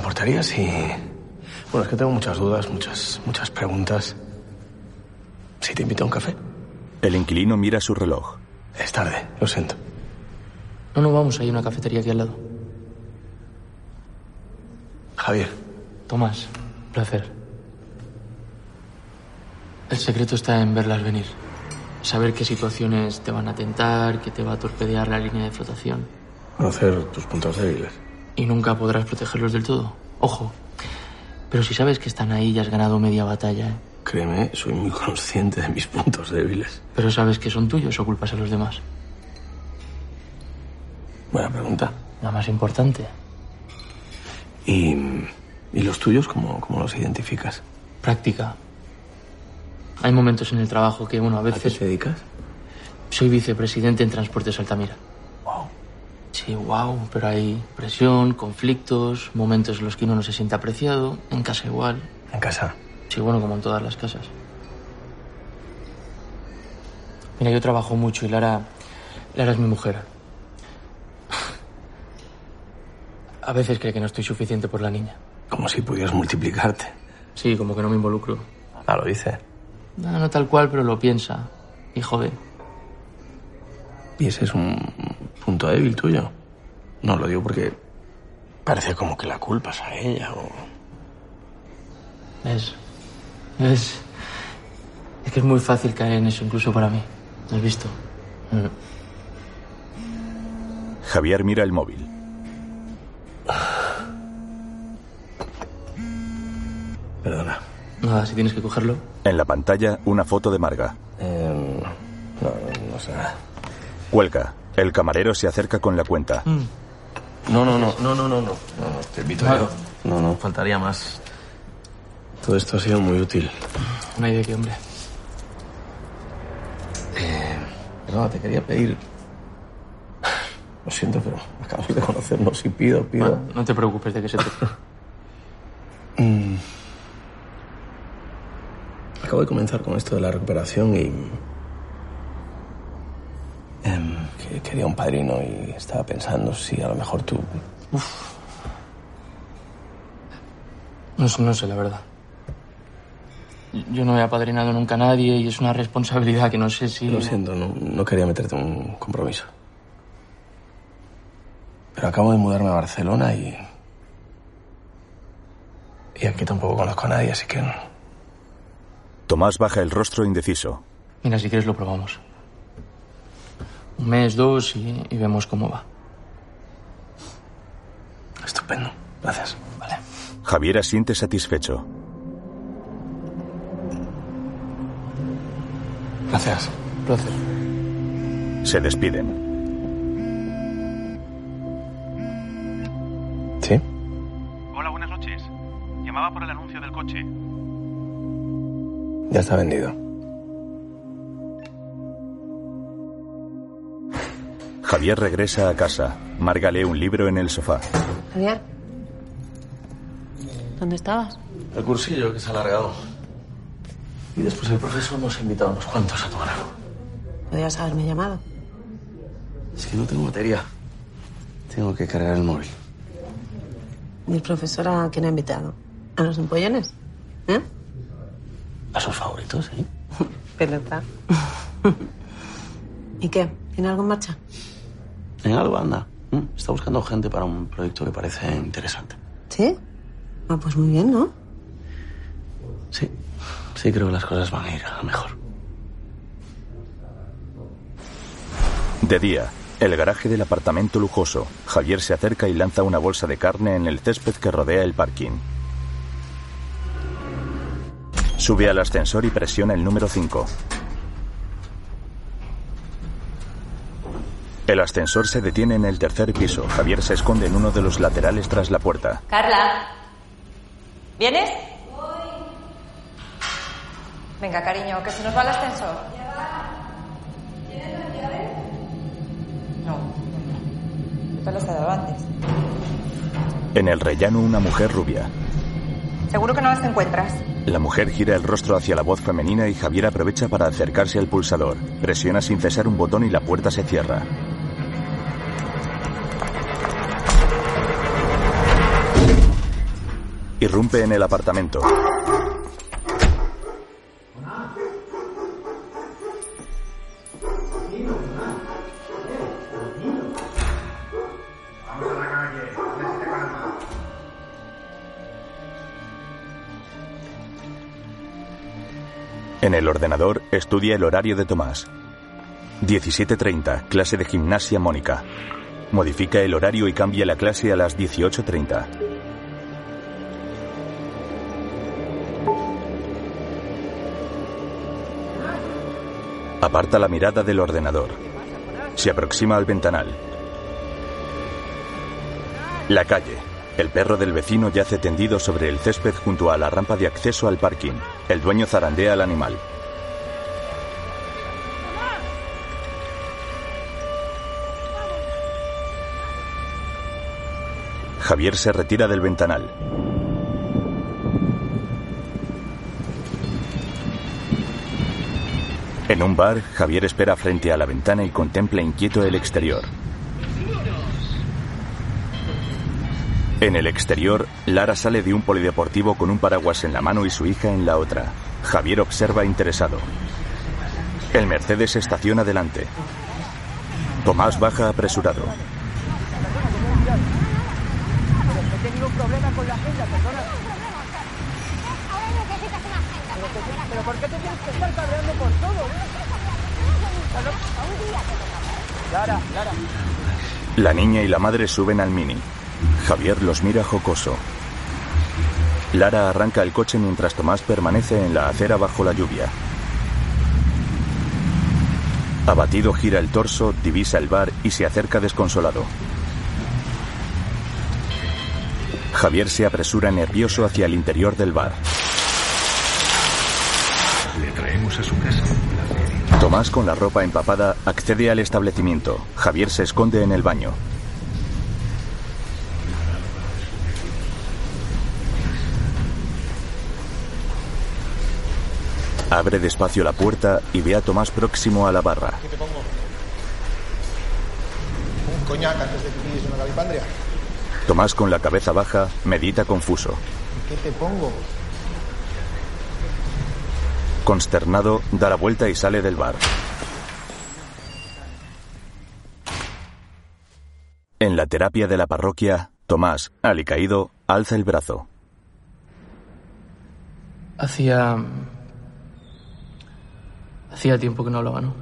Speaker 5: importaría si... Bueno, es que tengo muchas dudas, muchas preguntas. ¿Si te invito a un café?
Speaker 2: El inquilino mira su reloj.
Speaker 5: Es tarde, lo siento.
Speaker 6: No, vamos, hay una cafetería aquí al lado.
Speaker 5: Javier.
Speaker 6: Tomás, placer. El secreto está en verlas venir. Saber qué situaciones te van a tentar, qué te va a torpedear la línea de flotación.
Speaker 5: Conocer tus puntos débiles.
Speaker 6: Y nunca podrás protegerlos del todo. Ojo. Pero si sabes que están ahí, ya has ganado media batalla, ¿eh?
Speaker 5: Créeme, soy muy consciente de mis puntos débiles.
Speaker 6: Pero sabes que son tuyos o culpas a los demás.
Speaker 5: Buena pregunta.
Speaker 6: La más importante.
Speaker 5: ¿Y los tuyos cómo los identificas?
Speaker 6: Práctica. Hay momentos en el trabajo que, bueno, a veces...
Speaker 5: ¿A qué te dedicas?
Speaker 6: Soy vicepresidente en Transportes Altamira.
Speaker 5: Wow.
Speaker 6: Sí, wow, pero hay presión, conflictos, momentos en los que uno no se siente apreciado. En casa igual.
Speaker 5: ¿En casa?
Speaker 6: Sí, bueno, como en todas las casas. Mira, yo trabajo mucho y Lara es mi mujer. A veces cree que no estoy suficiente por la niña.
Speaker 5: Como si pudieras multiplicarte.
Speaker 6: Sí, como que no me involucro.
Speaker 5: Ah, lo dice.
Speaker 6: No tal cual, pero lo piensa. Y jode.
Speaker 5: ¿Y ese es un punto débil tuyo? No, lo digo porque parece como que la culpas a ella o...
Speaker 6: Es que es muy fácil caer en eso, incluso para mí. ¿Lo has visto?
Speaker 2: Javier mira el móvil.
Speaker 5: Perdona.
Speaker 6: Nada, si tienes que cogerlo.
Speaker 2: En la pantalla, una foto de Marga.
Speaker 5: No sé nada.
Speaker 2: Cuelga. El camarero se acerca con la cuenta.
Speaker 5: No, te invito yo. No, faltaría más. Todo esto ha sido muy útil.
Speaker 6: No hay de qué, hombre.
Speaker 5: Perdona, te quería pedir... Lo siento, pero acabamos de conocernos y pido...
Speaker 6: Bueno, no te preocupes de que se te...
Speaker 5: Acabo de comenzar con esto de la recuperación y... que quería un padrino y estaba pensando si a lo mejor tú...
Speaker 6: No sé, la verdad. Yo no he apadrinado nunca a nadie y es una responsabilidad que no sé si...
Speaker 5: Lo siento, no quería meterte en un compromiso. Pero acabo de mudarme a Barcelona y aquí tampoco conozco a nadie, así que...
Speaker 2: Tomás baja el rostro indeciso.
Speaker 6: Mira, si quieres lo probamos. 1 mes, 2 y vemos cómo va.
Speaker 5: Estupendo. Gracias.
Speaker 6: Vale.
Speaker 2: Javier asiente satisfecho.
Speaker 5: Gracias.
Speaker 6: Placer.
Speaker 2: Se despiden.
Speaker 5: ¿Sí?
Speaker 10: Hola, buenas noches. Llamaba por el anuncio del coche.
Speaker 5: Ya está vendido.
Speaker 2: Javier regresa a casa. Marga lee un libro en el sofá.
Speaker 7: Javier, ¿dónde estabas?
Speaker 5: El cursillo que se ha alargado. Y después el profesor nos ha invitado a unos cuantos a tomar algo.
Speaker 7: Podrías haberme llamado.
Speaker 5: Es que no tengo batería. Tengo que cargar el móvil.
Speaker 7: ¿Y el profesor a quién ha invitado? ¿A los empollones? ¿Eh?
Speaker 5: A sus favoritos, ¿eh?
Speaker 7: Pelota. ¿Y qué? ¿Tiene algo en marcha?
Speaker 5: En algo anda. Está buscando gente para un proyecto que parece interesante.
Speaker 7: ¿Sí? Ah, pues muy bien, ¿no?
Speaker 5: Sí. Sí, creo que las cosas van a ir a mejor.
Speaker 2: De día, el garaje del apartamento lujoso. Javier se acerca y lanza una bolsa de carne en el césped que rodea el parking. Sube al ascensor y presiona el número 5. El ascensor se detiene en el 3er piso. Javier se esconde en uno de los laterales tras la puerta.
Speaker 16: Carla, ¿vienes? Venga, cariño, que se nos va el ascensor. No. Yo te lo he dado antes.
Speaker 2: En el rellano, una mujer rubia.
Speaker 16: ¿Seguro que no las encuentras?
Speaker 2: La mujer gira el rostro hacia la voz femenina y Javier aprovecha para acercarse al pulsador. Presiona sin cesar un botón y la puerta se cierra. Irrumpe en el apartamento. En el ordenador estudia el horario de Tomás. 17:30, clase de gimnasia Mónica. Modifica el horario y cambia la clase a las 18:30. Aparta la mirada del ordenador. Se aproxima al ventanal. La calle. El perro del vecino yace tendido sobre el césped junto a la rampa de acceso al parking. El dueño zarandea al animal. Javier se retira del ventanal. En un bar, Javier espera frente a la ventana y contempla inquieto el exterior. En el exterior, Lara sale de un polideportivo con un paraguas en la mano y su hija en la otra. Javier observa interesado. El Mercedes estaciona delante. Tomás baja apresurado.
Speaker 21: He tenido un problema con la agenda, perdona.
Speaker 22: Ahora necesitas una agenda.
Speaker 21: ¿Pero por qué te tienes que estar cabreando por todo? Lara.
Speaker 2: La niña y la madre suben al Mini. Javier los mira jocoso. Lara arranca el coche mientras Tomás permanece en la acera bajo la lluvia. Abatido gira el torso, divisa el bar y se acerca desconsolado. Javier se apresura nervioso hacia el interior del bar.
Speaker 14: Le traemos a su casa.
Speaker 2: Tomás, con la ropa empapada, accede al establecimiento. Javier se esconde en el baño. Abre despacio la puerta y ve a Tomás próximo a la barra.
Speaker 23: ¿Qué te pongo? Un coñac antes de que pilles una calipandria.
Speaker 2: Tomás, con la cabeza baja, medita confuso.
Speaker 23: ¿Qué te pongo?
Speaker 2: Consternado, da la vuelta y sale del bar. En la terapia de la parroquia, Tomás, alicaído, alza el brazo.
Speaker 6: Hacía tiempo que no hablaba, ¿no?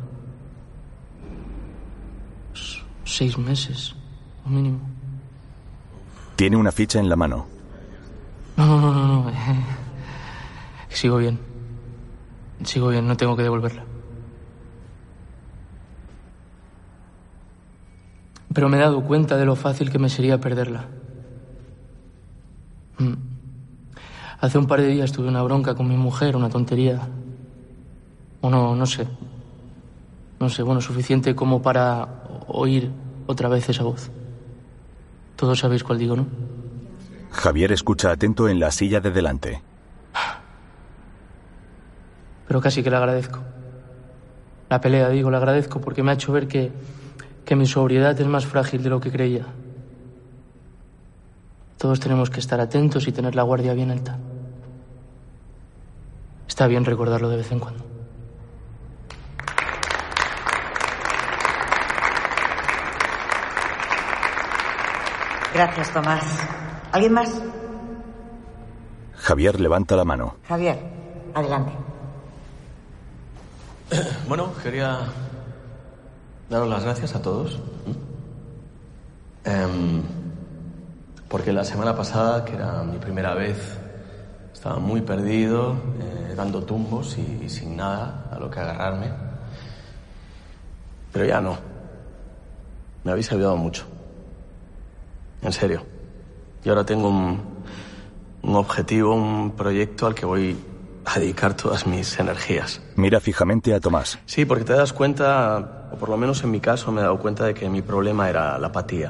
Speaker 6: 6 meses, o mínimo.
Speaker 2: Tiene una ficha en la mano.
Speaker 6: No. Sigo bien, no tengo que devolverla. Pero me he dado cuenta de lo fácil que me sería perderla. Hace un par de días tuve una bronca con mi mujer, una tontería. O no sé, bueno, suficiente como para oír otra vez esa voz. Todos sabéis cuál digo, ¿no?
Speaker 2: Javier escucha atento en la silla de delante.
Speaker 6: Pero casi que le agradezco. La pelea, digo, la agradezco porque me ha hecho ver que mi sobriedad es más frágil de lo que creía. Todos tenemos que estar atentos y tener la guardia bien alta. Está bien recordarlo de vez en cuando.
Speaker 16: Gracias, Tomás. ¿Alguien más?
Speaker 2: Javier levanta la mano.
Speaker 16: Javier, adelante.
Speaker 5: Bueno, quería daros las gracias a todos. Porque la semana pasada, que era mi primera vez, estaba muy perdido, dando tumbos y sin nada a lo que agarrarme. Pero ya no. Me habéis ayudado mucho. En serio. Y ahora tengo un objetivo, un proyecto al que voy a dedicar todas mis energías.
Speaker 2: Mira fijamente a Tomás.
Speaker 5: Sí, porque te das cuenta, o por lo menos en mi caso me he dado cuenta de que mi problema era la apatía.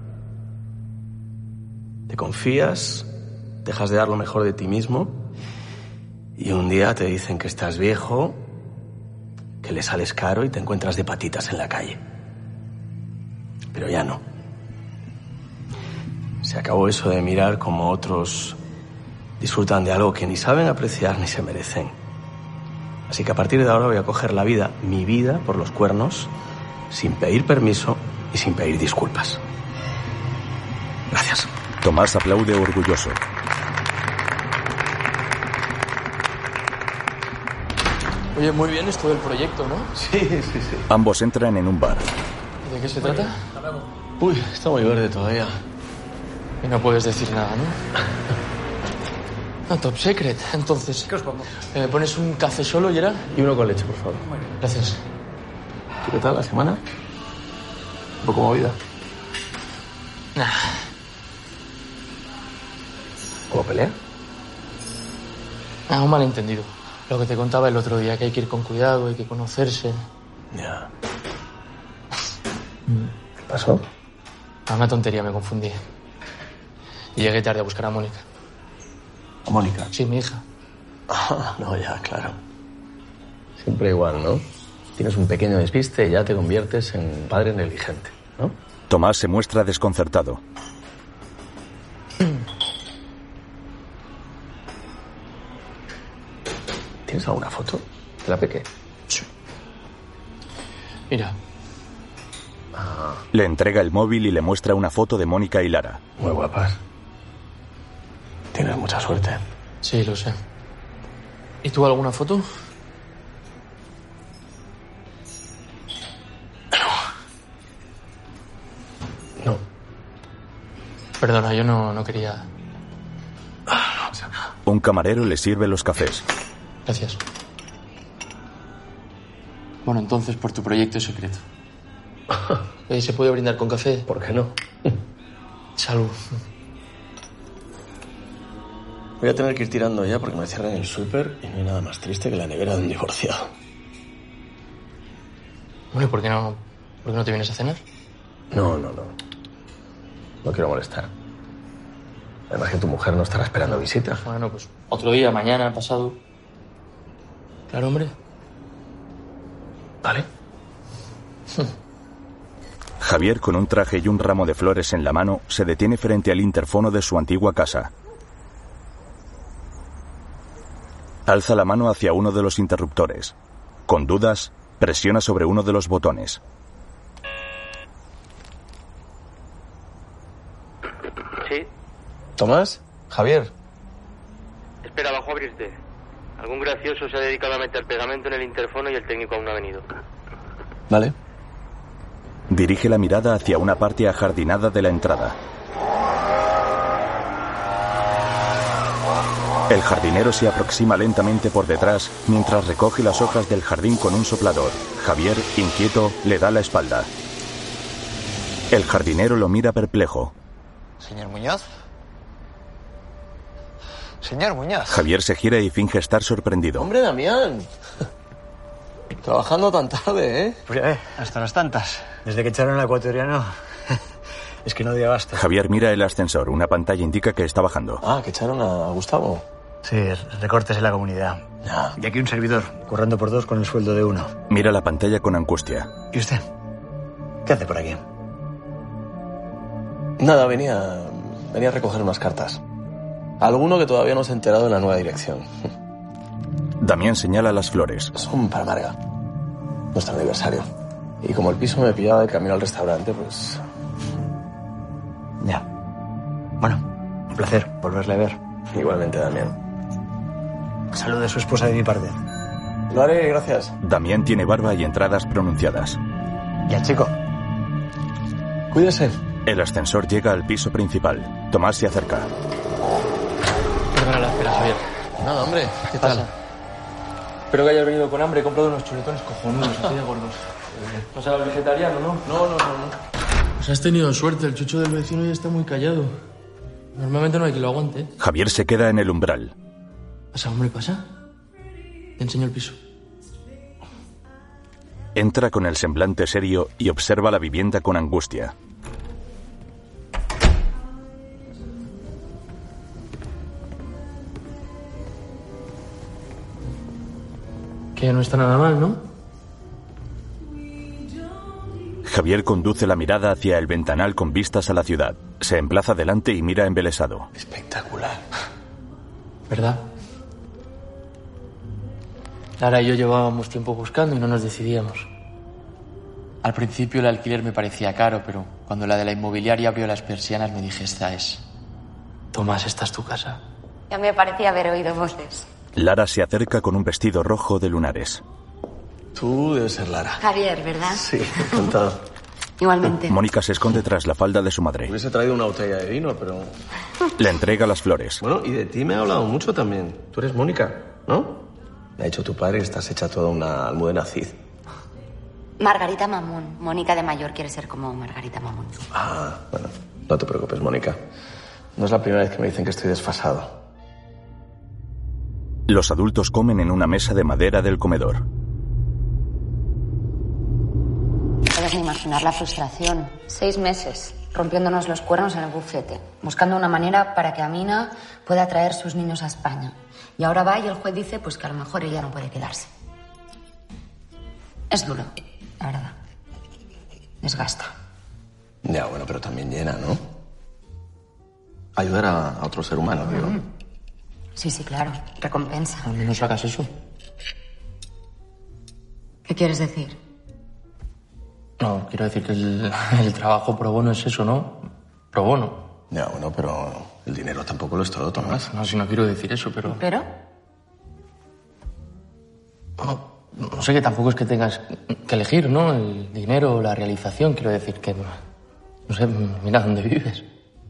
Speaker 5: Te confías, dejas de dar lo mejor de ti mismo y un día te dicen que estás viejo, que le sales caro y te encuentras de patitas en la calle. Pero ya no. Se acabó eso de mirar como otros disfrutan de algo que ni saben apreciar ni se merecen. Así que a partir de ahora voy a coger la vida, mi vida, por los cuernos, sin pedir permiso y sin pedir disculpas. Gracias.
Speaker 2: Tomás aplaude orgulloso.
Speaker 6: Oye, muy bien esto del proyecto, ¿no?
Speaker 5: Sí.
Speaker 2: Ambos entran en un bar.
Speaker 6: ¿De qué se trata?
Speaker 5: Uy, está muy verde todavía.
Speaker 6: Y no puedes decir nada, ¿no? Ah, top secret. Entonces, ¿qué os pongo? ¿Me pones un café solo, Gerard?
Speaker 5: Y uno con leche, por favor.
Speaker 6: Gracias.
Speaker 5: ¿Tú qué tal la semana? ¿Un poco movida?
Speaker 6: Nah.
Speaker 5: ¿Hubo pelea?
Speaker 6: Un malentendido. Lo que te contaba el otro día, que hay que ir con cuidado, hay que conocerse.
Speaker 5: Ya. ¿Qué pasó?
Speaker 6: Una tontería, me confundí. Y llegué tarde a buscar a Mónica.
Speaker 5: ¿A Mónica?
Speaker 6: Sí, mi hija.
Speaker 5: No, ya, claro. Siempre igual, ¿no? Tienes un pequeño despiste y ya te conviertes en padre negligente, ¿no?
Speaker 2: Tomás se muestra desconcertado.
Speaker 5: ¿Tienes alguna foto de la peque?
Speaker 6: Sí. Mira.
Speaker 2: Le entrega el móvil y le muestra una foto de Mónica y Lara.
Speaker 5: Muy guapas. Tienes mucha suerte.
Speaker 6: Sí, lo sé. ¿Y tú alguna foto?
Speaker 5: No.
Speaker 6: Perdona, yo no quería...
Speaker 2: Un camarero le sirve los cafés.
Speaker 6: Gracias. Bueno, entonces por tu proyecto secreto. ¿Se puede brindar con café?
Speaker 5: ¿Por qué no?
Speaker 6: Salud.
Speaker 5: Voy a tener que ir tirando ya porque me cierran el súper y no hay nada más triste que la nevera de un divorciado.
Speaker 6: Bueno, ¿por qué no te vienes a cenar?
Speaker 5: No. No quiero molestar. Además que tu mujer no estará esperando visita.
Speaker 6: Bueno, pues otro día, mañana, pasado. Claro, hombre.
Speaker 5: Vale.
Speaker 2: Javier, con un traje y un ramo de flores en la mano, se detiene frente al interfono de su antigua casa. Alza la mano hacia uno de los interruptores. Con dudas, presiona sobre uno de los botones.
Speaker 1: ¿Sí?
Speaker 5: ¿Tomás? ¿Javier?
Speaker 1: Espera, bajo a abrirte. Algún gracioso se ha dedicado a meter pegamento en el interfono y el técnico aún no ha venido.
Speaker 5: Vale.
Speaker 2: Dirige la mirada hacia una parte ajardinada de la entrada. El jardinero se aproxima lentamente por detrás mientras recoge las hojas del jardín con un soplador. Javier, inquieto, le da la espalda. El jardinero lo mira perplejo.
Speaker 13: Señor Muñoz. Señor Muñoz.
Speaker 2: Javier se gira y finge estar sorprendido.
Speaker 5: ¡Hombre, Damián! Trabajando tan tarde, ¿eh?
Speaker 13: Pues ya hasta las tantas. Desde que echaron al ecuatoriano, es que no dio abasto.
Speaker 2: Javier mira el ascensor. Una pantalla indica que está bajando.
Speaker 5: Ah, que echaron a Gustavo.
Speaker 13: Sí, recortes en la comunidad.
Speaker 5: Ya.
Speaker 13: Y aquí un servidor, currando por dos con el sueldo de uno.
Speaker 2: Mira la pantalla con angustia.
Speaker 13: ¿Y usted? ¿Qué hace por aquí?
Speaker 5: Nada, venía a recoger unas cartas. Alguno que todavía no se ha enterado de la nueva dirección.
Speaker 2: Damián señala las flores.
Speaker 5: Son para Marga, nuestro aniversario. Y como el piso me pillaba de camino al restaurante, pues...
Speaker 13: Ya. Bueno, un placer volverle a ver.
Speaker 5: Igualmente, Damián.
Speaker 13: Salude a su esposa de mi parte.
Speaker 5: Lo haré, gracias.
Speaker 2: Damián tiene barba y entradas pronunciadas.
Speaker 13: Y al chico.
Speaker 5: Cuídese.
Speaker 2: El ascensor llega al piso principal. Tomás se acerca.
Speaker 6: Perdona la espera, Javier.
Speaker 5: Nada, hombre.
Speaker 6: ¿Qué tal? Espero que hayas venido con hambre. He comprado unos chuletones cojonudos, así de gordos. ¿No serás vegetariano, no?
Speaker 5: No.
Speaker 6: Pues has tenido suerte. El chucho del vecino ya está muy callado. Normalmente no hay que lo aguante.
Speaker 2: Javier se queda en el umbral.
Speaker 6: Pasa, hombre, pasa. Te enseño el piso.
Speaker 2: Entra con el semblante serio y observa la vivienda con angustia.
Speaker 6: Que no está nada mal, ¿no?
Speaker 2: Javier conduce la mirada hacia el ventanal con vistas a la ciudad. Se emplaza delante y mira embelesado.
Speaker 5: Espectacular.
Speaker 6: ¿Verdad? Lara y yo llevábamos tiempo buscando y no nos decidíamos. Al principio el alquiler me parecía caro, pero cuando la de la inmobiliaria abrió las persianas me dije, esta es. Tomás, esta es tu casa.
Speaker 20: Ya me parecía haber oído voces.
Speaker 2: Lara se acerca con un vestido rojo de lunares.
Speaker 5: Tú debes ser Lara.
Speaker 20: Javier, ¿verdad?
Speaker 5: Sí, encantado.
Speaker 20: Igualmente.
Speaker 2: Mónica se esconde tras la falda de su madre.
Speaker 5: Hubiese traído una botella de vino, pero...
Speaker 2: Le entrega las flores.
Speaker 5: Bueno, y de ti me ha hablado mucho también. Tú eres Mónica, ¿no? Me ha dicho tu padre que estás hecha toda una almudena Cid.
Speaker 20: Margarita Mamun. Mónica de mayor quiere ser como Margarita Mamun.
Speaker 5: Ah, bueno, no te preocupes, Mónica. No es la primera vez que me dicen que estoy desfasado.
Speaker 2: Los adultos comen en una mesa de madera del comedor.
Speaker 20: Puedes imaginar la frustración. 6 meses, rompiéndonos los cuernos en el bufete, buscando una manera para que Amina pueda traer sus niños a España. Y ahora va y el juez dice pues que a lo mejor ella no puede quedarse. Es duro, la verdad. Desgasta.
Speaker 5: Ya, bueno, pero también llena, ¿no? Ayudar a otro ser humano, digo.
Speaker 20: Sí, sí, claro. Recompensa.
Speaker 6: Al menos hagas eso.
Speaker 20: ¿Qué quieres decir?
Speaker 6: No, quiero decir que el trabajo pro bono es eso, ¿no? Pro bono.
Speaker 5: Ya, bueno, pero el dinero tampoco lo es todo, Tomás.
Speaker 6: No, si no quiero decir eso, pero...
Speaker 20: ¿Pero?
Speaker 6: No sé, que tampoco es que tengas que elegir, ¿no? El dinero o la realización. Quiero decir que... No sé, mira dónde vives.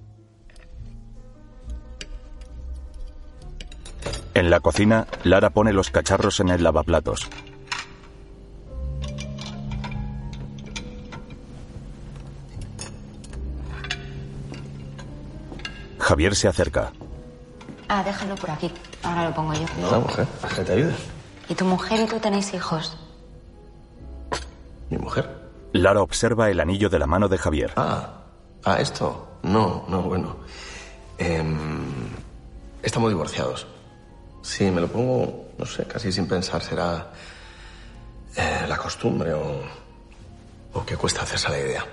Speaker 2: En la cocina, Lara pone los cacharros en el lavaplatos. Javier se acerca.
Speaker 20: Ah, déjalo por aquí. Ahora lo pongo yo.
Speaker 5: No, mujer, ¿qué te ayuda?
Speaker 20: ¿Y tu mujer y tú tenéis hijos?
Speaker 5: ¿Mi mujer?
Speaker 2: Lara observa el anillo de la mano de Javier.
Speaker 5: Esto. No, bueno. Estamos divorciados. Sí, me lo pongo, no sé, casi sin pensar. Será la costumbre o que cuesta hacerse la idea.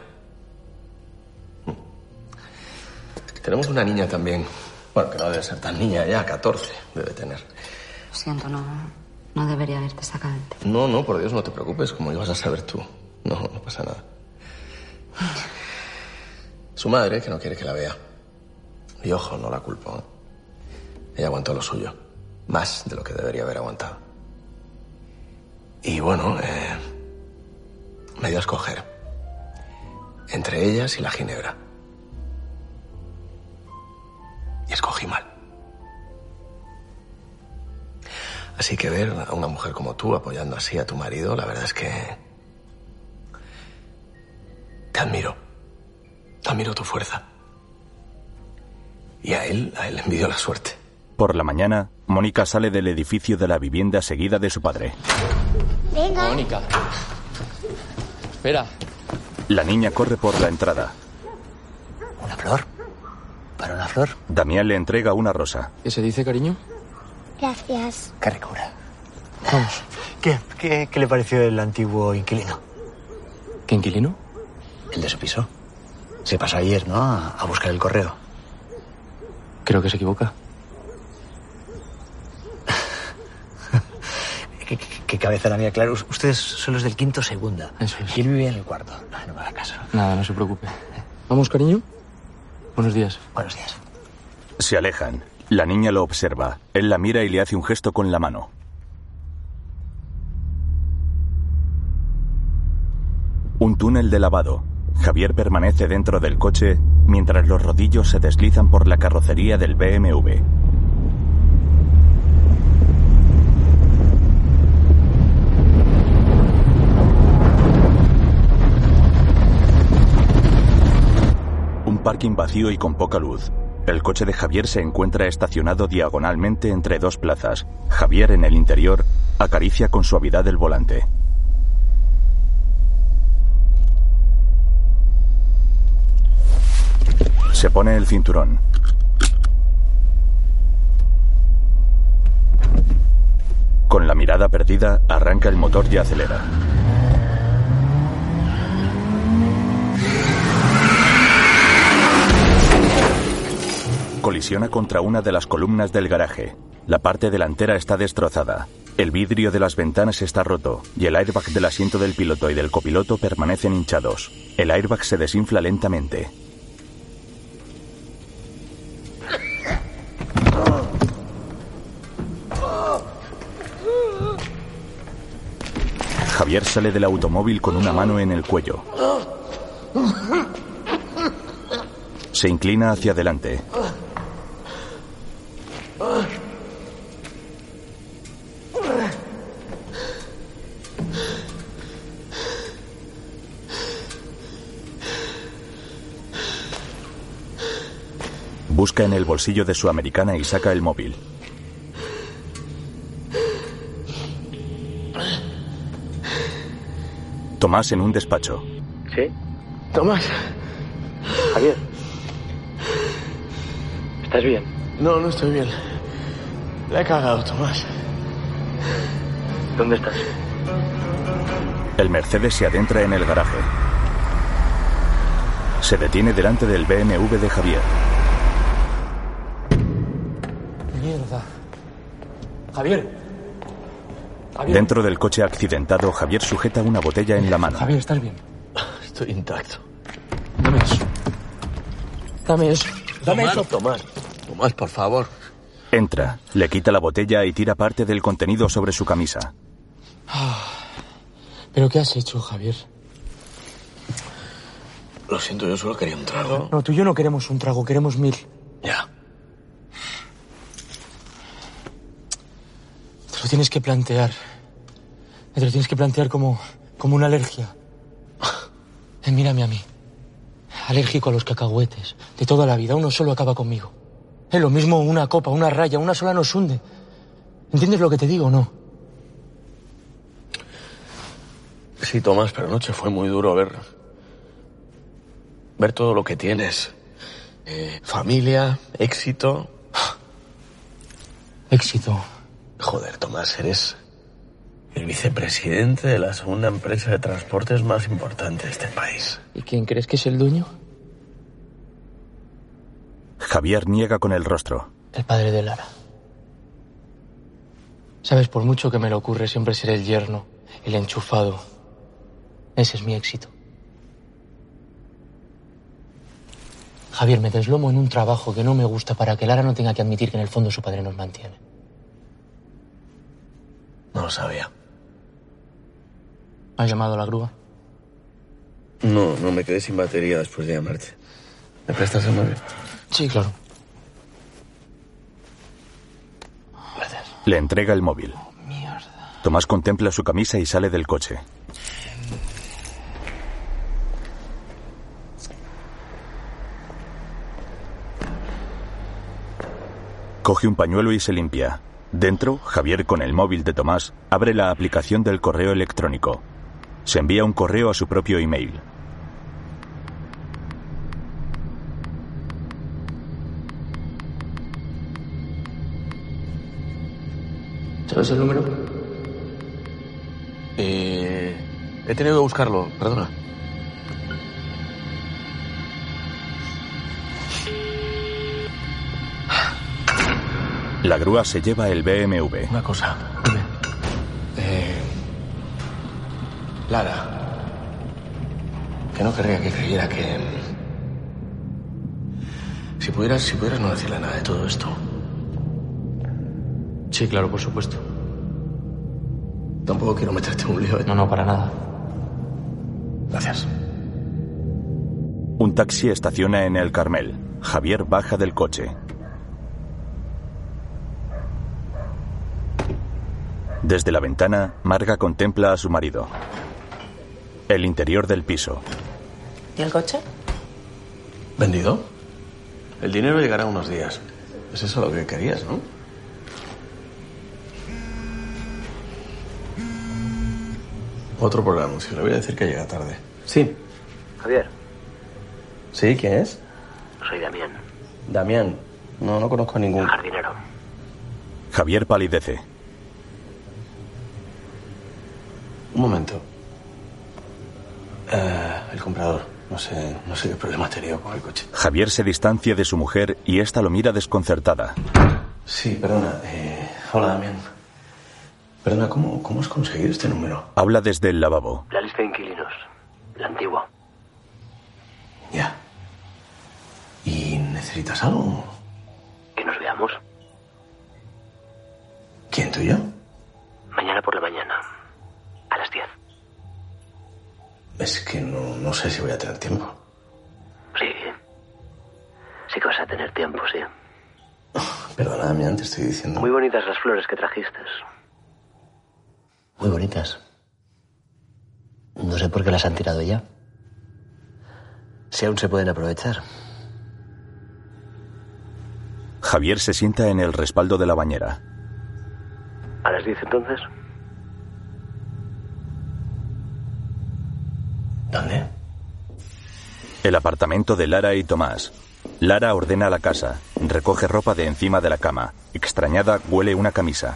Speaker 5: Tenemos una niña también. Bueno, que no debe ser tan niña ya, 14 debe tener.
Speaker 20: Lo siento, no debería haberte sacado el tema.
Speaker 5: No, por Dios, no te preocupes, como ibas a saber tú. No pasa nada. Su madre, que no quiere que la vea. Y ojo, no la culpo, ¿eh? Ella aguantó lo suyo. Más de lo que debería haber aguantado. Y bueno, me dio a escoger. Entre ellas y la ginebra. Y escogí mal. Así que ver a una mujer como tú apoyando así a tu marido, la verdad es que... Te admiro. Admiro tu fuerza. Y a él le envidio la suerte.
Speaker 2: Por la mañana, Mónica sale del edificio de la vivienda seguida de su padre.
Speaker 22: Venga.
Speaker 6: Mónica. Espera.
Speaker 2: La niña corre por la entrada.
Speaker 13: ¿Una flor? ¿Para una flor?
Speaker 2: Damián le entrega una rosa.
Speaker 6: ¿Qué se dice, cariño?
Speaker 22: Gracias.
Speaker 13: Qué ricura.
Speaker 6: Vamos.
Speaker 13: ¿Qué le pareció el antiguo inquilino?
Speaker 6: ¿Qué inquilino?
Speaker 13: El de su piso. Se pasó ayer, ¿no? A buscar el correo.
Speaker 6: Creo que se equivoca.
Speaker 13: ¿Qué cabeza la mía? Claro, ustedes son los del quinto segunda.
Speaker 6: Eso es.
Speaker 13: Y él vivía en el cuarto. No me haga caso.
Speaker 6: Nada, no se preocupe. ¿Vamos, cariño? Buenos días.
Speaker 13: Buenos días.
Speaker 2: Se alejan. La niña lo observa. Él la mira y le hace un gesto con la mano. Un túnel de lavado. Javier permanece dentro del coche mientras los rodillos se deslizan por la carrocería del BMW. Un parking vacío y con poca luz. El coche de Javier se encuentra estacionado diagonalmente entre dos plazas. Javier, en el interior, acaricia con suavidad el volante. Se pone el cinturón. Con la mirada perdida, arranca el motor y acelera. Colisiona contra una de las columnas del garaje. La parte delantera está destrozada. El vidrio de las ventanas está roto y el airbag del asiento del piloto y del copiloto permanecen hinchados. El airbag se desinfla lentamente. Javier sale del automóvil con una mano en el cuello. Se inclina hacia adelante. Busca en el bolsillo de su americana y saca el móvil. Tomás en un despacho.
Speaker 5: ¿Sí? Tomás.
Speaker 6: Javier. ¿Estás bien?
Speaker 5: No, no estoy bien. La he cagado, Tomás.
Speaker 6: ¿Dónde estás?
Speaker 2: El Mercedes se adentra en el garaje. Se detiene delante del BMW de Javier.
Speaker 6: Mierda. Javier.
Speaker 2: Dentro del coche accidentado, Javier sujeta una botella en la mano.
Speaker 6: Javier, ¿estás bien?
Speaker 5: Estoy intacto.
Speaker 6: Dame eso. Dame eso. Dame
Speaker 5: Tomás,
Speaker 6: eso.
Speaker 5: Tomás. Tomás, por favor.
Speaker 2: Entra, le quita la botella y tira parte del contenido sobre su camisa.
Speaker 6: ¿Pero qué has hecho, Javier?
Speaker 5: Lo siento, yo solo quería un trago.
Speaker 6: No, tú y yo no queremos un trago, queremos 1000.
Speaker 5: Ya.
Speaker 6: Te lo tienes que plantear. Te lo tienes que plantear como una alergia. Mírame a mí. Alérgico a los cacahuetes. De toda la vida, uno solo acaba conmigo. Es lo mismo una copa, una raya, una sola nos hunde. ¿Entiendes lo que te digo o no?
Speaker 5: Sí, Tomás, pero anoche fue muy duro ver todo lo que tienes. Familia, éxito.
Speaker 6: Éxito.
Speaker 5: Joder, Tomás, eres el vicepresidente de la segunda empresa de transportes más importante de este país.
Speaker 6: ¿Y quién crees que es el dueño?
Speaker 2: Javier niega con el rostro.
Speaker 6: El padre de Lara. Sabes, por mucho que me lo ocurre, siempre seré el yerno, el enchufado. Ese es mi éxito. Javier, me deslomo en un trabajo que no me gusta para que Lara no tenga que admitir que en el fondo su padre nos mantiene.
Speaker 5: No lo sabía.
Speaker 6: ¿Has llamado a la grúa?
Speaker 5: No, me quedé sin batería después de llamarte. ¿Me prestas el móvil?
Speaker 6: Sí, claro.
Speaker 5: Gracias.
Speaker 2: Le entrega el móvil. Tomás contempla su camisa y sale del coche. Coge un pañuelo y se limpia. Dentro, Javier, con el móvil de Tomás, abre la aplicación del correo electrónico. Se envía un correo a su propio email.
Speaker 6: ¿Sabes el número?
Speaker 5: He tenido que buscarlo, perdona.
Speaker 2: La grúa se lleva el BMW.
Speaker 5: Una cosa.
Speaker 6: Dime.
Speaker 5: Lara. Que no querría que creyera que... Si pudieras no decirle nada de todo esto.
Speaker 6: Sí, claro, por supuesto.
Speaker 5: Tampoco quiero meterte en un lío.
Speaker 6: No, para nada.
Speaker 5: Gracias.
Speaker 2: Un taxi estaciona en el Carmel. Javier baja del coche. Desde la ventana, Marga contempla a su marido. El interior del piso.
Speaker 7: ¿Y el coche?
Speaker 5: ¿Vendido? El dinero llegará unos días. ¿Es eso lo que querías, no? Otro por el anuncio. Le voy a decir que llega tarde. Sí.
Speaker 1: Javier,
Speaker 5: ¿Sí? ¿Quién es?
Speaker 1: soy Damián,
Speaker 5: Damián. No conozco a ningún...
Speaker 1: jardinero.
Speaker 2: Javier palidece.
Speaker 5: Un momento. El comprador. No sé qué problema ha tenido con el coche.
Speaker 2: Javier se distancia de su mujer y ésta lo mira desconcertada.
Speaker 5: Sí, perdona. Hola, Damián. Perdona, ¿cómo has conseguido este número?
Speaker 2: Habla desde el lavabo.
Speaker 3: La lista de inquilinos. La antigua.
Speaker 5: Ya. ¿Y necesitas algo?
Speaker 3: Que nos veamos.
Speaker 5: ¿Quién, tú y yo?
Speaker 3: Mañana por la mañana. A las 10.
Speaker 5: Es que no sé si voy a tener tiempo.
Speaker 3: Sí. Sí que vas a tener tiempo, sí.
Speaker 5: Perdona, Damián, te estoy diciendo.
Speaker 3: Muy bonitas las flores que trajiste.
Speaker 4: Muy bonitas. No sé por qué las han tirado ya. Si aún se pueden aprovechar.
Speaker 2: Javier se sienta en el respaldo de la bañera.
Speaker 3: ¿A las 10 entonces?
Speaker 5: ¿Dónde?
Speaker 2: El apartamento de Lara y Tomás. Lara ordena la casa, recoge ropa de encima de la cama. Extrañada, huele una camisa.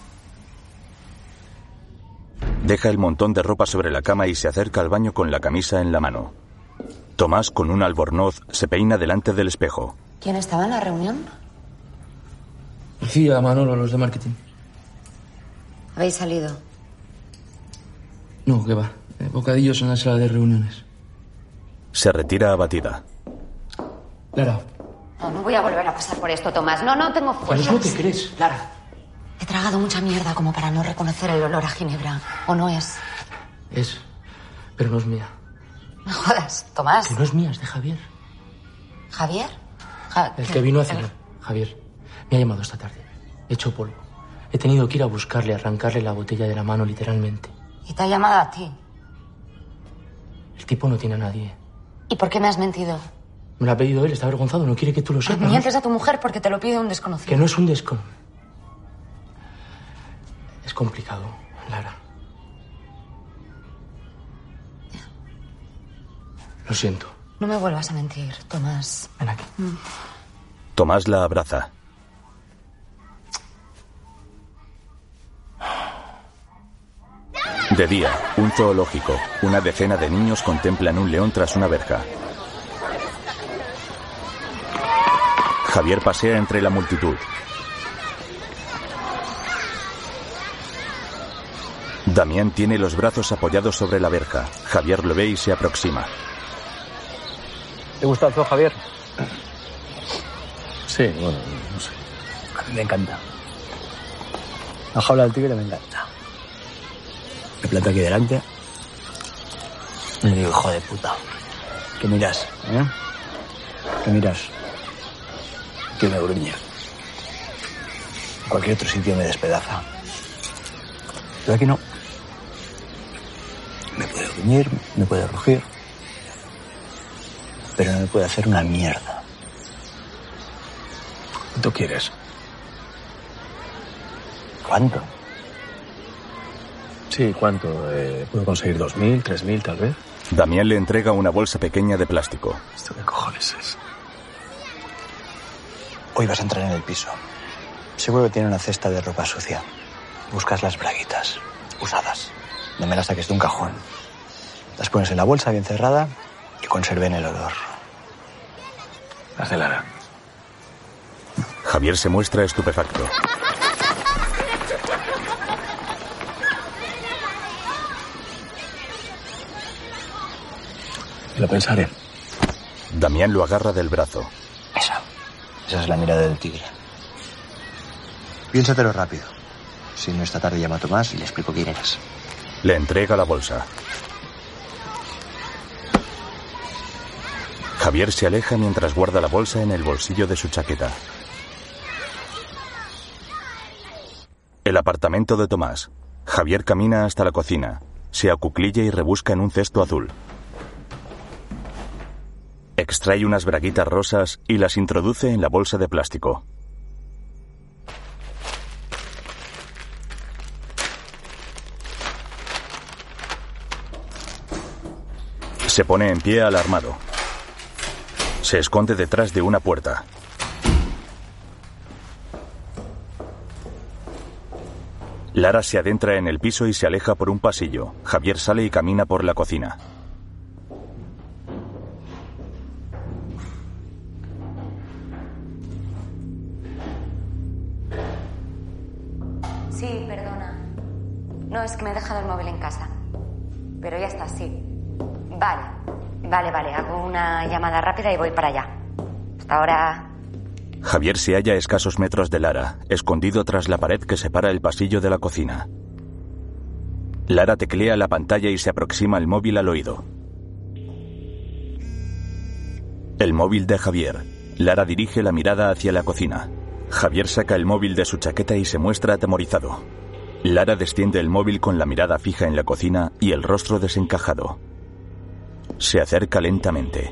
Speaker 2: Deja el montón de ropa sobre la cama y se acerca al baño con la camisa en la mano. Tomás, con un albornoz, se peina delante del espejo.
Speaker 20: ¿Quién estaba en la reunión?
Speaker 6: Lucía, Manolo, los de marketing.
Speaker 20: ¿Habéis salido?
Speaker 6: No, qué va. Bocadillos en la sala de reuniones.
Speaker 2: Se retira abatida.
Speaker 6: Lara.
Speaker 20: No voy a volver a pasar por esto, Tomás. No tengo fuerzas.
Speaker 6: ¿No te crees, Lara?
Speaker 20: He tragado mucha mierda como para no reconocer el olor a ginebra. ¿O no es?
Speaker 6: Es, pero no es mía.
Speaker 20: No jodas, Tomás.
Speaker 6: Que no es mía, es de Javier.
Speaker 20: ¿Javier?
Speaker 6: El que vino a cenar. Javier. Me ha llamado esta tarde. He hecho polvo. He tenido que ir a buscarle, arrancarle la botella de la mano, literalmente.
Speaker 20: Y te ha llamado a ti.
Speaker 6: El tipo no tiene a nadie.
Speaker 20: ¿Y por qué me has mentido?
Speaker 6: Me lo ha pedido él, está avergonzado, no quiere que tú lo sepas.
Speaker 20: Mientes a tu mujer porque te lo pide un desconocido.
Speaker 6: Que no es un desconocido. Es complicado, Lara. Lo siento.
Speaker 20: No me vuelvas a mentir, Tomás.
Speaker 6: Ven aquí.
Speaker 2: Tomás la abraza. De día, un zoológico. Una decena de niños contemplan un león tras una verja. Javier pasea entre la multitud. Damián tiene los brazos apoyados sobre la verja. Javier lo ve y se aproxima.
Speaker 13: ¿Te gusta el zoo, Javier?
Speaker 5: Sí, bueno, no sé.
Speaker 13: A mí me encanta. La jaula del tigre me encanta. Me planto aquí delante. Y digo, hijo de puta. ¿Qué miras? ¿Qué miras? Que me gruñe. En cualquier otro sitio me despedaza. Pero aquí no. Me puede gruñir, me puede rugir. Pero no me puede hacer una mierda.
Speaker 5: ¿Cuánto quieres?
Speaker 13: ¿Cuánto?
Speaker 5: Sí, ¿cuánto? ¿Puedo conseguir 2.000, 3.000 tal vez?
Speaker 2: Damián le entrega una bolsa pequeña de plástico.
Speaker 5: ¿Esto qué cojones es?
Speaker 13: Hoy vas a entrar en el piso. Seguro que tiene una cesta de ropa sucia. Buscas las braguitas, usadas. No me las saques de un cajón. Las pones en la bolsa bien cerrada y conserven el olor.
Speaker 5: Las de Lara.
Speaker 2: Javier se muestra estupefacto.
Speaker 5: Lo pensaré.
Speaker 2: Damián lo agarra del brazo.
Speaker 13: Esa es la mirada del tigre. Piénsatelo rápido. Si no, esta tarde llama a Tomás y le explico quién eres.
Speaker 2: Le entrega la bolsa. Javier se aleja mientras guarda la bolsa en el bolsillo de su chaqueta. El apartamento de Tomás. Javier camina hasta la cocina. Se acuclilla y rebusca en un cesto azul. Extrae unas braguitas rosas y las introduce en la bolsa de plástico. Se pone en pie alarmado. Se esconde detrás de una puerta. Lara se adentra en el piso y se aleja por un pasillo. Javier sale y camina por la cocina.
Speaker 20: Sí, perdona. No, es que me he dejado el móvil en casa. Pero ya está, sí. Vale. Hago una llamada rápida y voy para allá. Hasta ahora.
Speaker 2: Javier se halla a escasos metros de Lara, escondido tras la pared que separa el pasillo de la cocina. Lara teclea la pantalla y se aproxima el móvil al oído. El móvil de Javier. Lara dirige la mirada hacia la cocina. Javier saca el móvil de su chaqueta y se muestra atemorizado. Lara desciende el móvil con la mirada fija en la cocina y el rostro desencajado. Se acerca lentamente.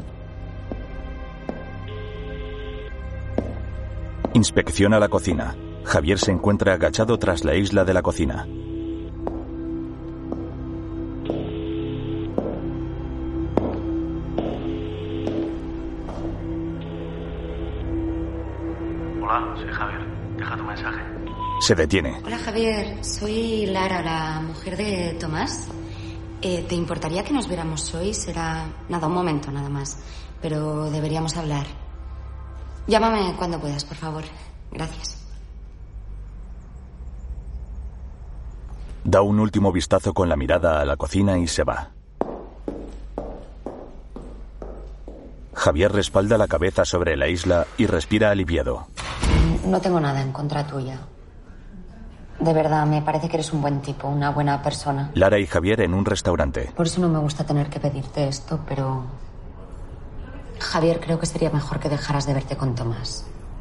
Speaker 2: Inspecciona la cocina. Javier se encuentra agachado tras la isla de la cocina.
Speaker 6: Hola, soy Javier. Deja tu mensaje.
Speaker 2: Se detiene.
Speaker 20: Hola, Javier. Soy Lara, la mujer de Tomás. ¿Te importaría que nos viéramos hoy? Será... un momento nada más. Pero deberíamos hablar. Llámame cuando puedas, por favor. Gracias.
Speaker 2: Da un último vistazo con la mirada a la cocina y se va. Javier respalda la cabeza sobre la isla y respira aliviado.
Speaker 20: No tengo nada en contra tuya. De verdad, me parece que eres un buen tipo, una buena persona.
Speaker 2: Lara y Javier en un restaurante.
Speaker 20: Por eso no me gusta tener que pedirte esto, pero... Javier, creo que sería mejor que dejaras de verte con Tomás.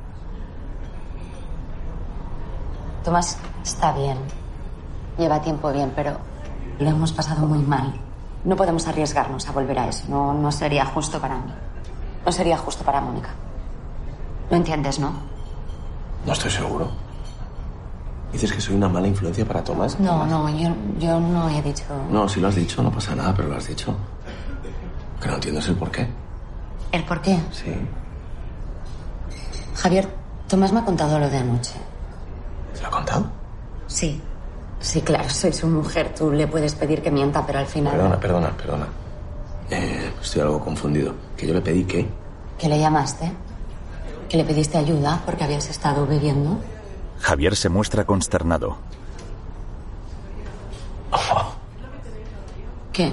Speaker 20: Tomás está bien. Lleva tiempo bien, pero lo hemos pasado muy mal. No podemos arriesgarnos a volver a eso. No sería justo para mí. No sería justo para Mónica. ¿Lo entiendes, no?
Speaker 5: No estoy seguro. ¿Dices que soy una mala influencia para Tomás?
Speaker 20: No, yo no he dicho...
Speaker 5: No, si lo has dicho, no pasa nada, pero lo has dicho. Lo que no entiendo es el por qué.
Speaker 20: ¿El por qué?
Speaker 5: Sí.
Speaker 20: Javier, Tomás me ha contado lo de anoche.
Speaker 5: ¿Te lo ha contado?
Speaker 20: Sí. Sí, claro, soy su mujer. Tú le puedes pedir que mienta, pero al final...
Speaker 5: Perdona. Estoy algo confundido. ¿Que yo le pedí qué?
Speaker 20: ¿Que le llamaste? ¿Que le pediste ayuda porque habías estado bebiendo?
Speaker 2: Javier se muestra consternado.
Speaker 5: Oh.
Speaker 20: ¿Qué?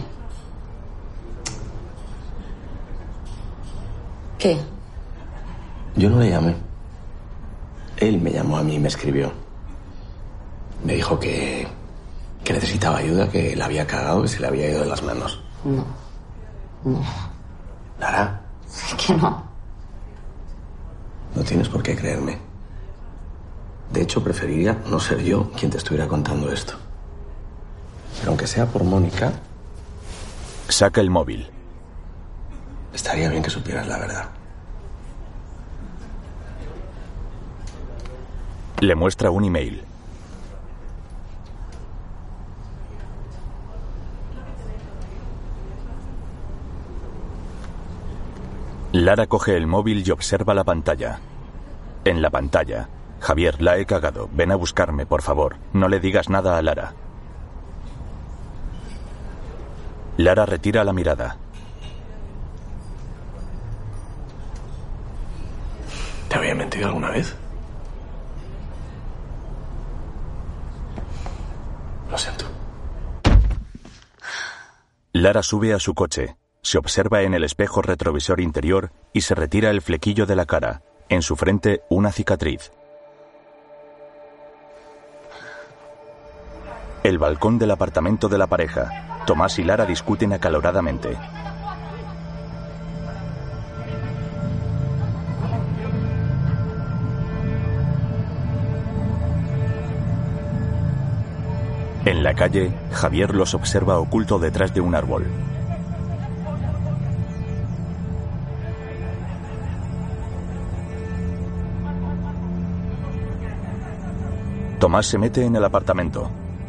Speaker 20: ¿Qué?
Speaker 5: Yo no le llamé. Él me llamó a mí y me escribió. Me dijo que necesitaba ayuda, que la había cagado, que se le había ido de las manos.
Speaker 20: No.
Speaker 5: Lara.
Speaker 20: Que no.
Speaker 5: No tienes por qué creerme. De hecho, preferiría no ser yo quien te estuviera contando esto. Pero aunque sea por Mónica...
Speaker 2: Saca el móvil.
Speaker 5: Estaría bien que supieras la verdad.
Speaker 2: Le muestra un email. Lara coge el móvil y observa la pantalla. En la pantalla, Javier, la he cagado. Ven a buscarme, por favor. No le digas nada a Lara. Lara retira la mirada.
Speaker 5: ¿Te había mentido alguna vez? Lo siento.
Speaker 2: Lara sube a su coche. Se observa en el espejo retrovisor interior y se retira el flequillo de la cara. En su frente, una cicatriz. El balcón del apartamento de la pareja. Tomás y Lara discuten acaloradamente. En la calle, Javier los observa oculto detrás de un árbol. Tomás se mete en el apartamento.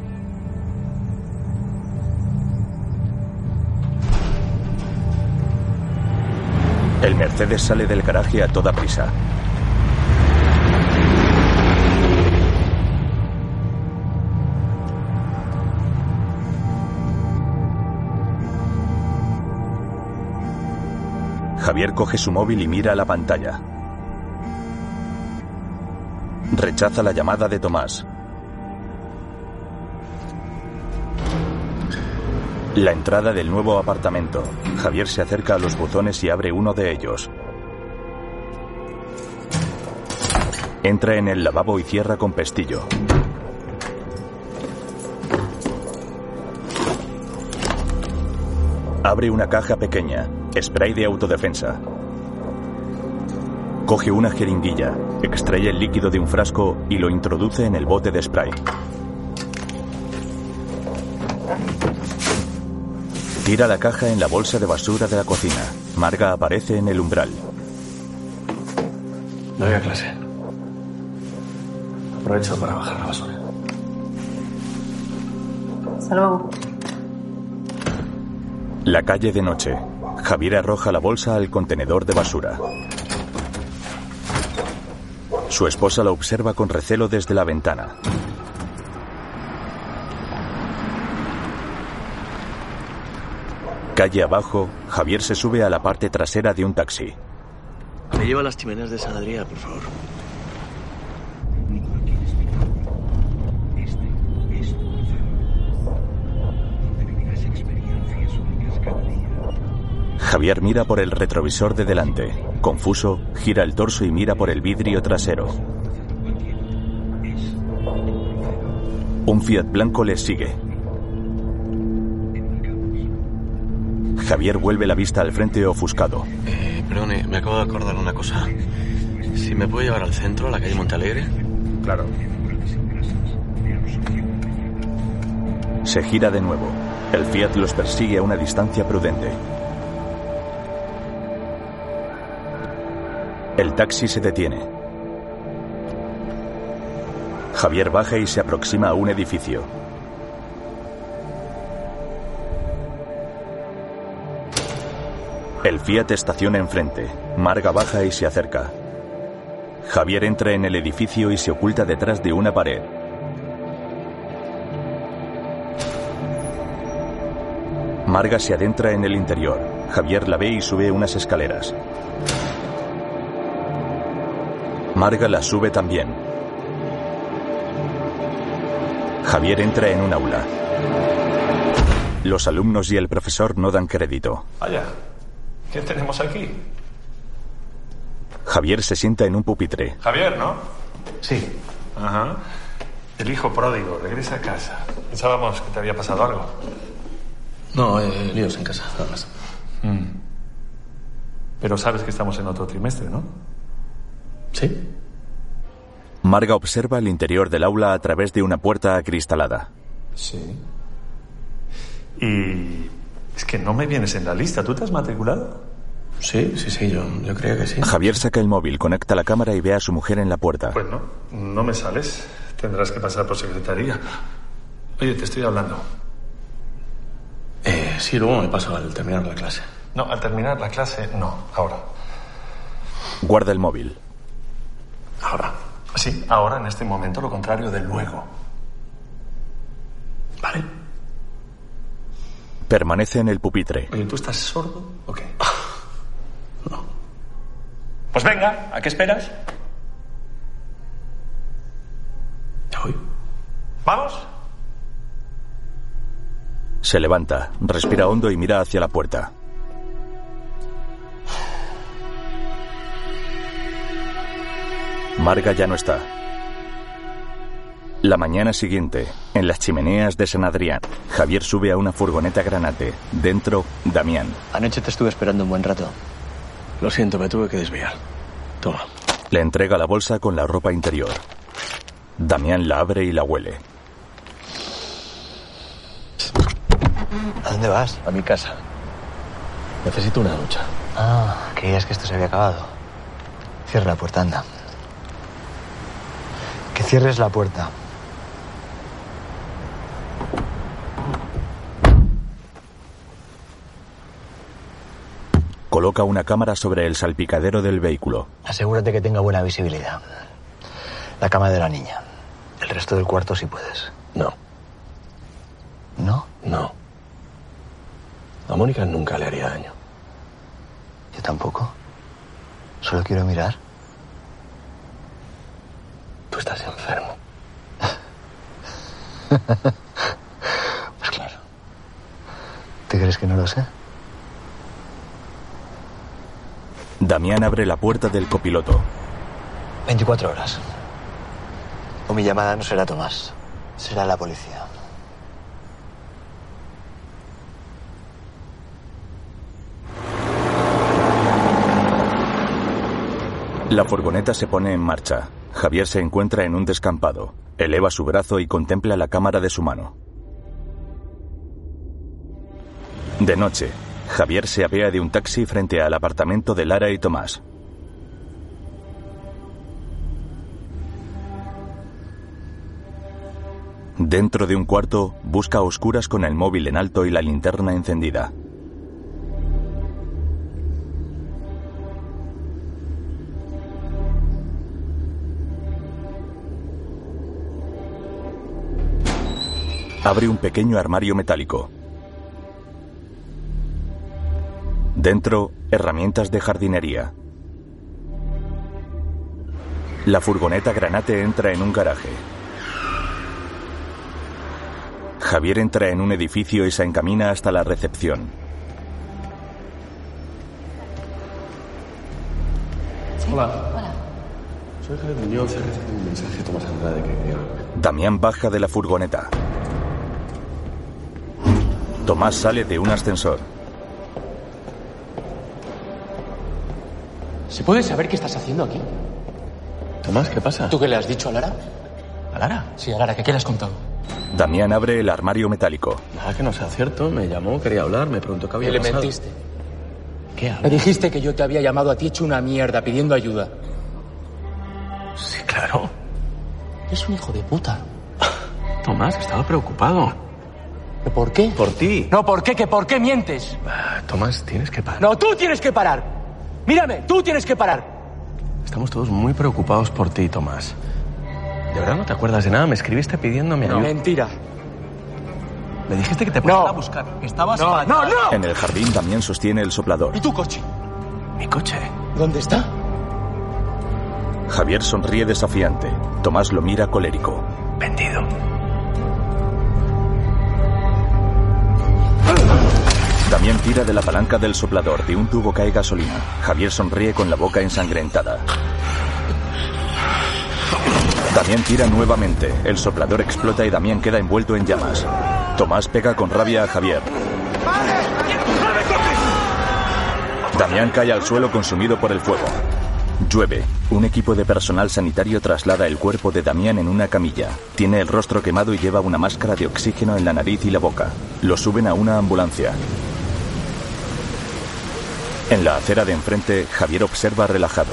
Speaker 2: El Mercedes sale del garaje a toda prisa. Javier coge su móvil y mira a la pantalla. Rechaza la llamada de Tomás. La entrada del nuevo apartamento. Javier se acerca a los buzones y abre uno de ellos. Entra en el lavabo y cierra con pestillo. Abre una caja pequeña, spray de autodefensa. Coge una jeringuilla, extrae el líquido de un frasco y lo introduce en el bote de spray. Tira la caja en la bolsa de basura de la cocina. Marga aparece en el umbral.
Speaker 5: No voy a clase. Aprovecho para bajar la basura.
Speaker 7: Hasta luego.
Speaker 2: La calle de noche. Javier arroja la bolsa al contenedor de basura. Su esposa la observa con recelo desde la ventana. Calle abajo, Javier se sube a la parte trasera de un taxi.
Speaker 5: Me lleva a las chimeneas de San Adrià, por favor.
Speaker 2: Javier mira por el retrovisor de delante. Confuso, gira el torso y mira por el vidrio trasero. Un Fiat blanco les sigue. Javier vuelve la vista al frente ofuscado.
Speaker 5: Perdone, me acabo de acordar una cosa. ¿Si me puede llevar al centro, a la calle Montalegre?
Speaker 2: Claro. Se gira de nuevo. El Fiat los persigue a una distancia prudente. El taxi se detiene. Javier baja y se aproxima a un edificio. El Fiat estaciona enfrente. Marga baja y se acerca. Javier entra en el edificio y se oculta detrás de una pared. Marga se adentra en el interior. Javier la ve y sube unas escaleras. Marga la sube también. Javier entra en un aula. Los alumnos y el profesor no dan crédito.
Speaker 10: Vaya, ¿qué tenemos aquí?
Speaker 2: Javier se sienta en un pupitre.
Speaker 10: Javier, ¿no?
Speaker 5: Sí.
Speaker 10: Ajá. El hijo pródigo, regresa a casa. Pensábamos que te había pasado algo.
Speaker 5: No, líos en casa, nada más.
Speaker 10: Pero sabes que estamos en otro trimestre, ¿no?
Speaker 5: Sí.
Speaker 2: Marga observa el interior del aula a través de una puerta acristalada.
Speaker 10: Sí. Y es que no me vienes en la lista. ¿Tú te has matriculado?
Speaker 5: Sí, yo creo que sí.
Speaker 2: Javier saca el móvil, conecta la cámara y ve a su mujer en la puerta.
Speaker 10: Pues no me sales. Tendrás que pasar por secretaría. Oye, te estoy hablando.
Speaker 5: Sí, luego me paso al terminar la clase.
Speaker 10: No, al terminar la clase, no, ahora.
Speaker 2: Guarda el móvil.
Speaker 10: Ahora. Sí, ahora, en este momento, lo contrario de luego.
Speaker 5: Vale.
Speaker 2: Permanece en el pupitre.
Speaker 10: Oye, ¿tú estás sordo o qué? No. Pues venga, ¿a qué esperas?
Speaker 5: Ya voy.
Speaker 10: ¿Vamos?
Speaker 2: Se levanta, respira hondo y mira hacia la puerta. Marga ya no está. La mañana siguiente, en las chimeneas de San Adrià, Javier sube a una furgoneta granate. Dentro, Damián.
Speaker 13: Anoche te estuve esperando un buen rato.
Speaker 5: Lo siento, me tuve que desviar. Toma.
Speaker 2: Le entrega la bolsa con la ropa interior. Damián la abre y la huele.
Speaker 13: ¿A dónde vas?
Speaker 5: A mi casa. Necesito una ducha.
Speaker 13: Ah, creías que esto se había acabado. Cierra la puerta, anda. Que cierres la puerta.
Speaker 2: Coloca una cámara sobre el salpicadero del vehículo.
Speaker 13: Asegúrate que tenga buena visibilidad. La cama de la niña. El resto del cuarto si puedes.
Speaker 5: No.
Speaker 13: ¿No?
Speaker 5: No. A Mónica nunca le haría daño.
Speaker 13: Yo tampoco. Solo quiero mirar.
Speaker 5: Tú estás enfermo.
Speaker 13: Pues claro.
Speaker 4: ¿Te crees que no lo sé?
Speaker 2: Damián abre la puerta del copiloto.
Speaker 4: 24 horas. O mi llamada no será Tomás, será la policía.
Speaker 2: La furgoneta se pone en marcha. Javier se encuentra en un descampado. Eleva su brazo y contempla la cámara de su mano. De noche, Javier se apea de un taxi frente al apartamento de Lara y Tomás. Dentro de un cuarto, busca a oscuras con el móvil en alto y la linterna encendida. Abre un pequeño armario metálico. Dentro, herramientas de jardinería. La furgoneta Granate entra en un garaje. Javier entra en un edificio y se encamina hasta la recepción.
Speaker 5: Hola. Soy Javier Muñoz, he recibido un mensaje de Tomás Andrade que quería hablar.
Speaker 2: Damián baja de la furgoneta. Tomás sale de un ascensor.
Speaker 6: ¿Se puede saber qué estás haciendo aquí?
Speaker 5: Tomás, ¿qué pasa?
Speaker 6: ¿Tú qué le has dicho a Lara?
Speaker 5: ¿A Lara?
Speaker 6: Sí, a Lara, ¿qué le has contado?
Speaker 2: Damián abre el armario metálico.
Speaker 5: Nada que no sea cierto, me llamó, quería hablar, me preguntó qué había pasado.
Speaker 6: ¿Y le mentiste?
Speaker 5: ¿Qué hablas?
Speaker 6: Me dijiste que yo te había llamado a ti hecho una mierda pidiendo ayuda.
Speaker 5: Sí, claro.
Speaker 6: Es un hijo de puta.
Speaker 5: Tomás, estaba preocupado.
Speaker 6: ¿Pero por qué?
Speaker 5: Por ti.
Speaker 6: No, ¿por qué? ¿Que por qué mientes?
Speaker 5: Tomás, tienes que parar.
Speaker 6: No, tú tienes que parar. Mírame, tú tienes que parar.
Speaker 5: Estamos todos muy preocupados por ti, Tomás. ¿De verdad no te acuerdas de nada? Me escribiste pidiéndome ayuda.
Speaker 6: Mentira.
Speaker 5: Me dijiste que te pusieras a buscar, que estabas fatal.
Speaker 6: ¡No!
Speaker 2: En el jardín, Damián sostiene el soplador.
Speaker 6: ¿Y tu coche?
Speaker 5: ¿Mi coche?
Speaker 6: ¿Dónde está?
Speaker 2: Javier sonríe desafiante. Tomás lo mira colérico.
Speaker 5: Vendido.
Speaker 2: Damián tira de la palanca del soplador. De un tubo cae gasolina. Javier sonríe con la boca ensangrentada. Damián tira nuevamente. El soplador explota y Damián queda envuelto en llamas. Tomás pega con rabia a Javier. Damián cae al suelo consumido por el fuego. Llueve. Un equipo de personal sanitario traslada el cuerpo de Damián en una camilla. Tiene el rostro quemado y lleva una máscara de oxígeno en la nariz y la boca. Lo suben a una ambulancia. En la acera de enfrente, Javier observa relajado.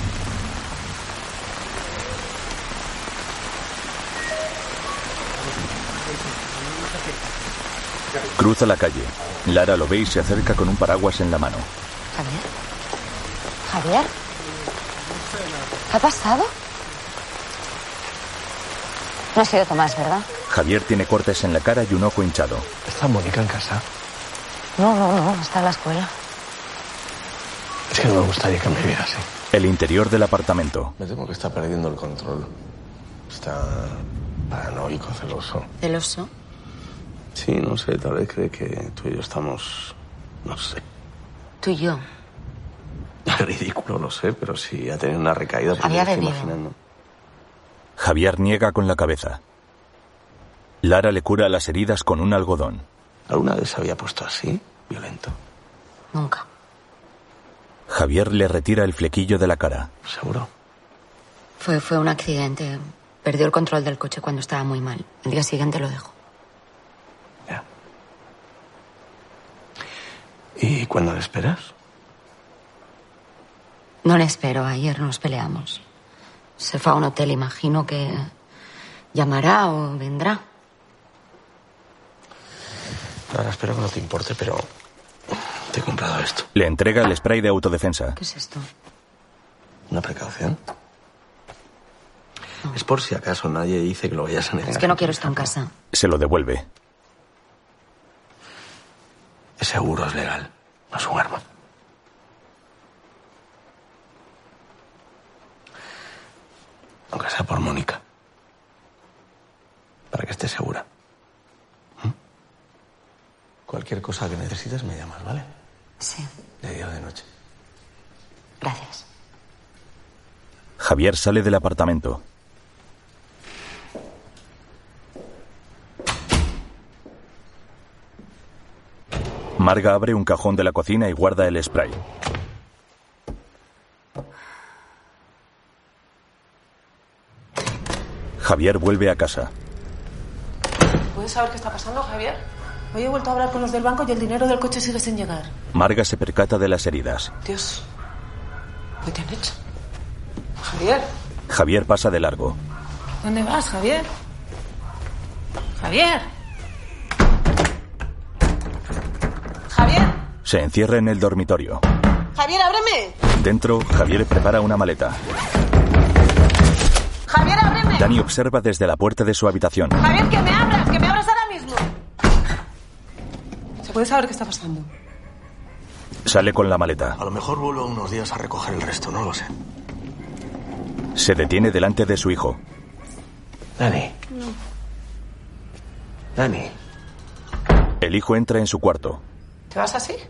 Speaker 2: Cruza la calle. Lara lo ve y se acerca con un paraguas en la mano.
Speaker 20: ¿Javier? ¿Qué ha pasado? No ha sido Tomás, ¿verdad?
Speaker 2: Javier tiene cortes en la cara y un ojo hinchado.
Speaker 5: ¿Está Mónica en casa?
Speaker 20: No, está en la escuela.
Speaker 5: Es que no me gustaría que me viera así.
Speaker 2: El interior del apartamento.
Speaker 5: Me temo que está perdiendo el control. Está paranoico, celoso.
Speaker 20: ¿Celoso?
Speaker 5: Sí, no sé, tal vez cree que tú y yo estamos... no sé.
Speaker 20: ¿Tú y yo?
Speaker 5: Ridículo, lo sé, pero sí ha tenido una recaída.
Speaker 20: Había bebido.
Speaker 5: Imaginando.
Speaker 2: Javier niega con la cabeza. Lara le cura las heridas con un algodón.
Speaker 5: ¿Alguna vez se había puesto así, violento?
Speaker 20: Nunca.
Speaker 2: Javier le retira el flequillo de la cara.
Speaker 5: ¿Seguro?
Speaker 20: Fue un accidente. Perdió el control del coche cuando estaba muy mal. El día siguiente lo dejó.
Speaker 5: Ya. ¿Y cuándo le esperas?
Speaker 20: No le espero. Ayer nos peleamos. Se fue a un hotel. Imagino que llamará o vendrá.
Speaker 5: Ahora espero que no te importe, pero te he comprado esto.
Speaker 2: Le entrega el spray de autodefensa.
Speaker 20: ¿Qué es esto?
Speaker 5: ¿Una precaución? No. Es por si acaso nadie dice que lo vayas a negar.
Speaker 20: Es que no quiero esto en casa.
Speaker 2: Se lo devuelve.
Speaker 5: Es seguro, es legal. No es un arma. Aunque sea por Mónica. Para que esté segura. Cualquier cosa que necesites me llamas, ¿vale?
Speaker 16: Sí.
Speaker 5: De día o de noche.
Speaker 16: Gracias.
Speaker 2: Javier sale del apartamento. Marga abre un cajón de la cocina y guarda el spray. Javier vuelve a casa.
Speaker 7: ¿Puedes saber qué está pasando, Javier? Hoy he vuelto a hablar con los del banco y el dinero del coche sigue sin llegar.
Speaker 2: Marga se percata de las heridas.
Speaker 7: Dios, ¿qué te han hecho? Javier.
Speaker 2: Javier pasa de largo.
Speaker 7: ¿Dónde vas, Javier? Javier. Javier.
Speaker 2: Se encierra en el dormitorio.
Speaker 7: Javier, ábreme.
Speaker 2: Dentro, Javier prepara una maleta.
Speaker 7: Javier, ábreme.
Speaker 2: Dani observa desde la puerta de su habitación.
Speaker 7: Javier, que me abras ahora mismo. ¿Se puede saber qué está pasando?
Speaker 2: Sale con la maleta.
Speaker 5: A lo mejor vuelvo unos días a recoger el resto, no lo sé.
Speaker 2: Se detiene delante de su hijo.
Speaker 5: Dani.
Speaker 7: No.
Speaker 5: Dani.
Speaker 2: El hijo entra en su cuarto.
Speaker 7: ¿Te vas así?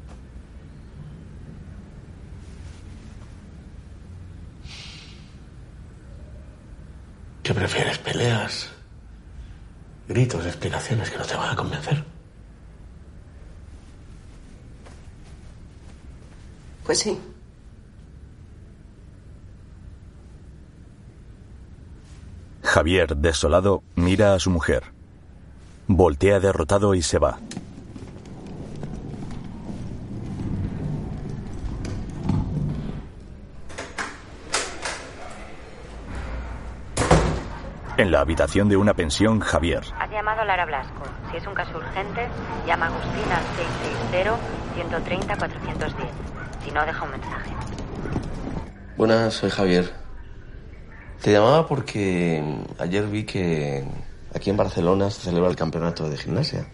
Speaker 5: ¿Qué prefieres? ¿Peleas? ¿Gritos? ¿Explicaciones que no te van a convencer?
Speaker 7: Pues sí.
Speaker 2: Javier, desolado, mira a su mujer. Voltea derrotado y se va. En la habitación de una pensión, Javier.
Speaker 20: Has llamado a Lara Blasco. Si es un caso urgente, llama a Agustina al 660-130-410. Si no, deja un mensaje.
Speaker 5: Buenas, soy Javier. Te llamaba porque ayer vi que aquí en Barcelona se celebra el campeonato de gimnasia.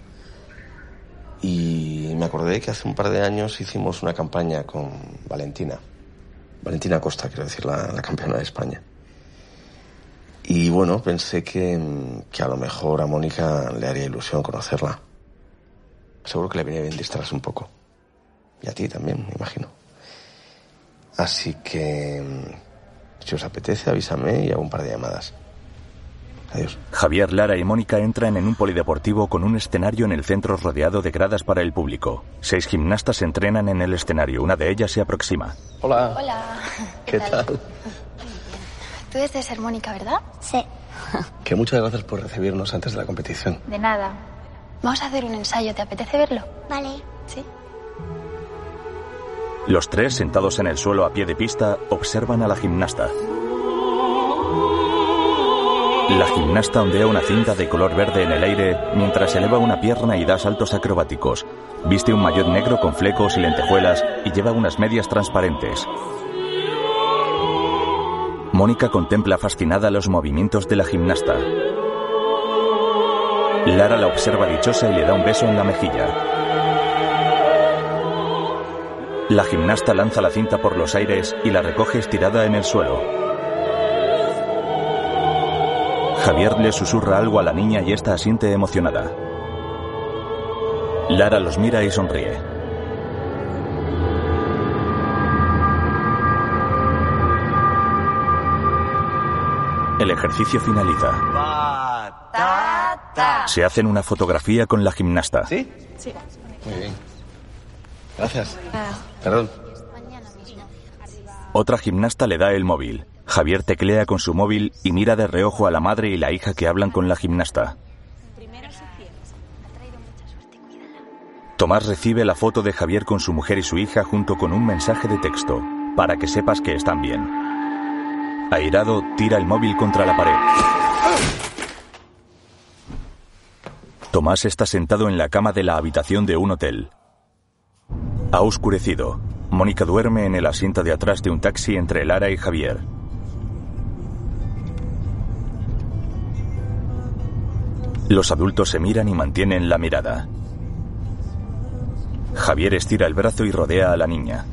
Speaker 5: Y me acordé que hace un par de años hicimos una campaña con Valentina. Valentina Costa, quiero decir, la campeona de España. Y bueno, pensé que a lo mejor a Mónica le haría ilusión conocerla. Seguro que le venía bien distraerse un poco. Y a ti también, me imagino. Así que, si os apetece, avísame y hago un par de llamadas. Adiós.
Speaker 2: Javier, Lara y Mónica entran en un polideportivo con un escenario en el centro rodeado de gradas para el público. 6 gimnastas entrenan en el escenario. Una de ellas se aproxima.
Speaker 5: Hola.
Speaker 8: Hola.
Speaker 5: ¿Qué tal?
Speaker 8: Tú debes de ser Mónica, ¿verdad? Sí.
Speaker 5: Que muchas gracias por recibirnos antes de la competición.
Speaker 8: De nada. Vamos a hacer un ensayo. ¿Te apetece verlo? Vale. Sí.
Speaker 2: Los 3, sentados en el suelo a pie de pista, observan a la gimnasta. La gimnasta ondea una cinta de color verde en el aire mientras eleva una pierna y da saltos acrobáticos. Viste un maillot negro con flecos y lentejuelas y lleva unas medias transparentes. Mónica contempla fascinada los movimientos de la gimnasta. Lara la observa dichosa y le da un beso en la mejilla. La gimnasta lanza la cinta por los aires y la recoge estirada en el suelo. Javier le susurra algo a la niña y esta asiente emocionada. Lara los mira y sonríe. El ejercicio finaliza. Se hacen una fotografía con la gimnasta.
Speaker 5: ¿Sí?
Speaker 7: Sí.
Speaker 5: Muy bien. Gracias.
Speaker 7: Nada.
Speaker 5: Perdón.
Speaker 2: Otra gimnasta le da el móvil. Javier teclea con su móvil y mira de reojo a la madre y la hija que hablan con la gimnasta. Tomás recibe la foto de Javier con su mujer y su hija junto con un mensaje de texto, para que sepas que están bien. Airado, tira el móvil contra la pared. Tomás está sentado en la cama de la habitación de un hotel. Ha oscurecido. Mónica duerme en el asiento de atrás de un taxi entre Lara y Javier. Los adultos se miran y mantienen la mirada. Javier estira el brazo y rodea a la niña.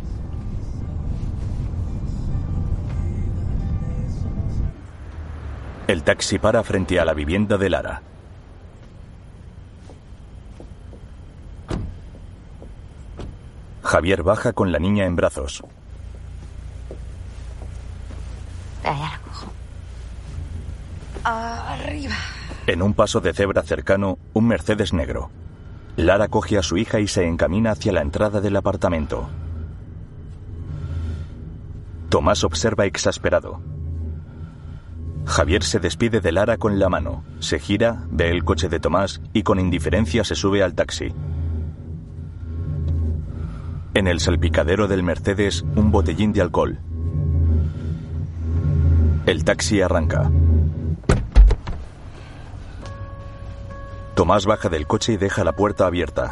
Speaker 2: El taxi para frente a la vivienda de Lara. Javier baja con la niña en brazos.
Speaker 20: Ya la cojo. Arriba.
Speaker 2: En un paso de cebra cercano, un Mercedes negro. Lara coge a su hija y se encamina hacia la entrada del apartamento. Tomás observa exasperado. Javier se despide de Lara con la mano, se gira, ve el coche de Tomás y con indiferencia se sube al taxi. En el salpicadero del Mercedes, un botellín de alcohol. El taxi arranca. Tomás baja del coche y deja la puerta abierta.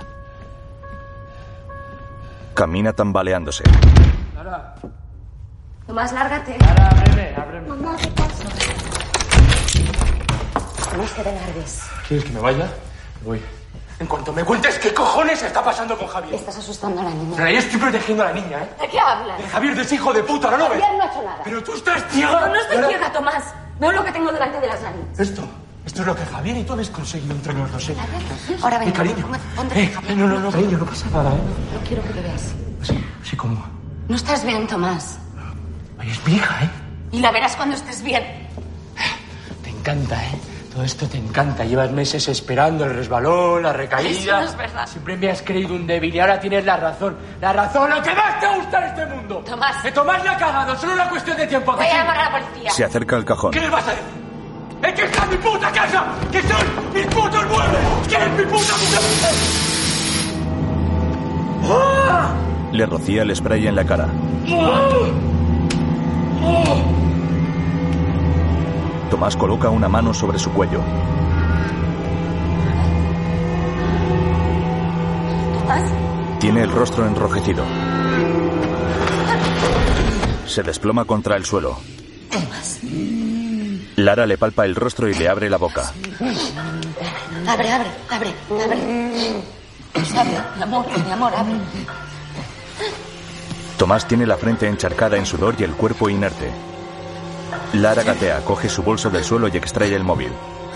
Speaker 2: Camina tambaleándose.
Speaker 6: Lara.
Speaker 20: Tomás, lárgate.
Speaker 6: Lara, ábreme.
Speaker 20: Mamá, ¿qué pasa? Tomás, que te largues.
Speaker 6: ¿Quieres que me vaya? Voy. En cuanto me cuentes qué cojones está pasando con Javier.
Speaker 20: Estás asustando a la niña.
Speaker 6: Pero yo estoy protegiendo a la niña, ¿eh?
Speaker 20: ¿De qué hablas?
Speaker 6: De Javier, de ese hijo de puta, ¿no lo ves?
Speaker 20: Javier no ha hecho nada.
Speaker 6: Pero tú estás ciega.
Speaker 20: Yo no estoy ciega, Tomás. Veo lo que tengo delante de las narices.
Speaker 6: Esto es lo que Javier y tú habéis conseguido entre los dos, ¿eh?
Speaker 20: Ahora ven,
Speaker 6: cariño.
Speaker 20: ponte Javier.
Speaker 6: No, cariño, no pasa nada, ¿eh?
Speaker 20: No quiero que te veas.
Speaker 6: Sí, ¿cómo?
Speaker 20: No estás bien, Tomás.
Speaker 6: Oye, es mi hija, ¿eh?
Speaker 20: Y la verás cuando estés bien.
Speaker 6: Te encanta, ¿eh? Todo esto te encanta. Llevas meses esperando el resbalón, la recaída.
Speaker 20: Eso no es verdad.
Speaker 6: Siempre me has creído un débil y ahora tienes la razón. La razón, lo que más te gusta en este mundo.
Speaker 20: Tomás.
Speaker 6: Que Tomás la ha cagado, solo una cuestión de tiempo.
Speaker 20: Voy a llamar a la policía.
Speaker 2: Se acerca al cajón.
Speaker 6: ¿Qué le vas a decir? ¡Es que está en mi puta casa! ¡Que son mis putos muebles! ¡Que es mi puta ¡Ah!
Speaker 2: Le rocía el spray en la cara. Tomás coloca una mano sobre su cuello.
Speaker 20: ¿Tomás?
Speaker 2: Tiene el rostro enrojecido. Se desploma contra el suelo.
Speaker 20: Tomás.
Speaker 2: Lara le palpa el rostro y le abre la boca.
Speaker 20: Abre. Pues abre, mi amor, abre.
Speaker 2: Tomás tiene la frente encharcada en sudor y el cuerpo inerte. Lara gatea, coge su bolso del suelo y extrae el móvil.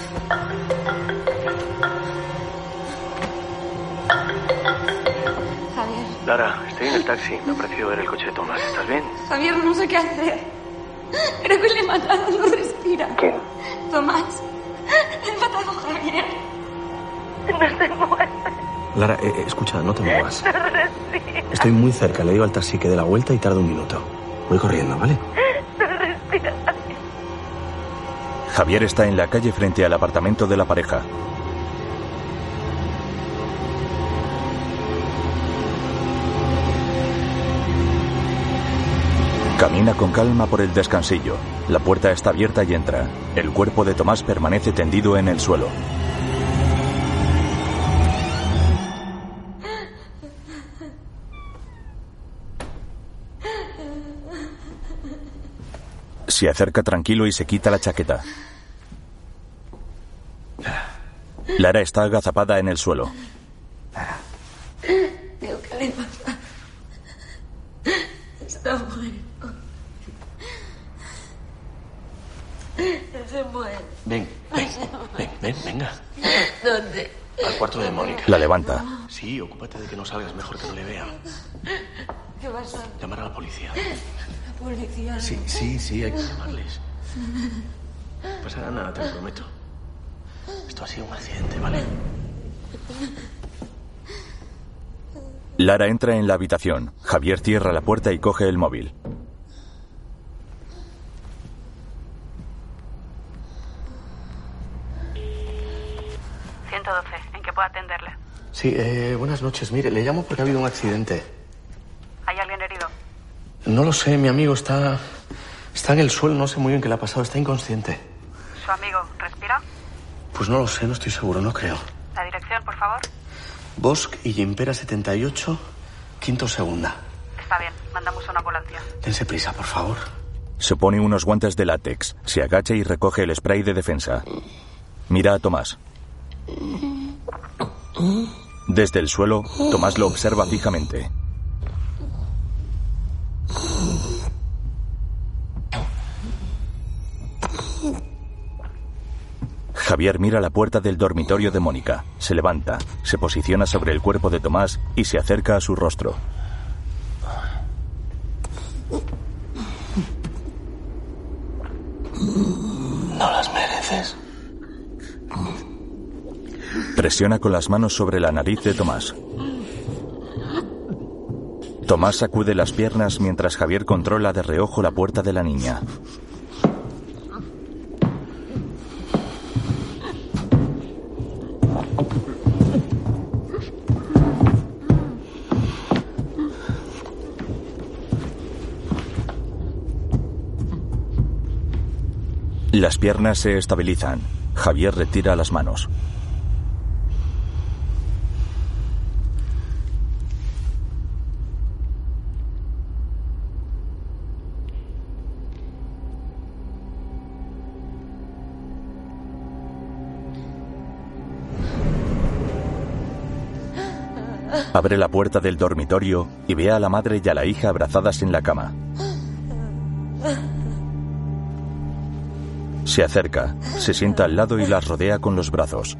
Speaker 20: Javier.
Speaker 3: Lara, estoy en el taxi. Me ha parecido ver el coche de Tomás. ¿Estás bien?
Speaker 17: Javier, no sé qué hacer. Creo que le he matado, no respira.
Speaker 3: ¿Quién?
Speaker 17: Tomás. Le he matado a Javier. No se mueve.
Speaker 5: Lara, escucha, no te muevas.
Speaker 17: No respira.
Speaker 5: Estoy muy cerca, le digo al taxi que dé la vuelta y tarda un minuto. Voy corriendo, ¿vale?
Speaker 17: No respira.
Speaker 2: Javier está en la calle frente al apartamento de la pareja. Camina con calma por el descansillo. La puerta está abierta y entra. El cuerpo de Tomás permanece tendido en el suelo. Se acerca tranquilo y se quita la chaqueta. Lara está agazapada en el suelo.
Speaker 17: ¿Qué le pasa? Está muerto. Se muere.
Speaker 5: Venga.
Speaker 17: ¿Dónde?
Speaker 5: Al cuarto de Mónica.
Speaker 2: La levanta.
Speaker 5: Sí, ocúpate de que no salgas, mejor que no le vean.
Speaker 17: ¿Qué pasa?
Speaker 5: Llamar a la policía.
Speaker 17: La policía.
Speaker 5: Sí, hay que llamarles. No pasará nada, te lo prometo. Esto ha sido un accidente, ¿vale?
Speaker 2: Lara entra en la habitación. Javier cierra la puerta y coge el móvil.
Speaker 9: ¿En qué puedo atenderle?
Speaker 5: Sí, buenas noches. Mire, le llamo porque ha habido un accidente.
Speaker 9: ¿Hay alguien herido?
Speaker 5: No lo sé, mi amigo está en el suelo, no sé muy bien qué le ha pasado, está inconsciente.
Speaker 9: ¿Su amigo respira?
Speaker 5: Pues no lo sé, no estoy seguro, no creo.
Speaker 9: ¿La dirección, por favor?
Speaker 5: Bosc y Gimpera 78, quinto segunda.
Speaker 9: Está bien, mandamos a una ambulancia.
Speaker 5: Dense prisa, por favor.
Speaker 2: Se pone unos guantes de látex, se agacha y recoge el spray de defensa. Mira a Tomás. Desde el suelo, Tomás lo observa fijamente. Javier mira la puerta del dormitorio de Mónica. Se levanta, se posiciona sobre el cuerpo de Tomás y se acerca a su rostro.
Speaker 5: haces?
Speaker 2: Presiona con las manos sobre la nariz de Tomás. Tomás sacude las piernas mientras Javier controla de reojo la puerta de la niña. Las piernas se estabilizan. Javier retira las manos. Abre la puerta del dormitorio y ve a la madre y a la hija abrazadas en la cama. Se acerca, se sienta al lado y las rodea con los brazos.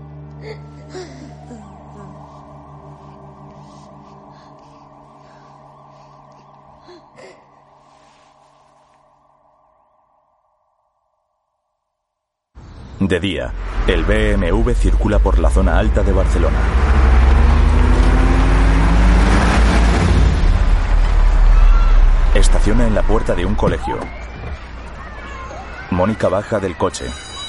Speaker 2: De día, el BMW circula por la zona alta de Barcelona. Estaciona en la puerta de un colegio. Mónica baja del coche.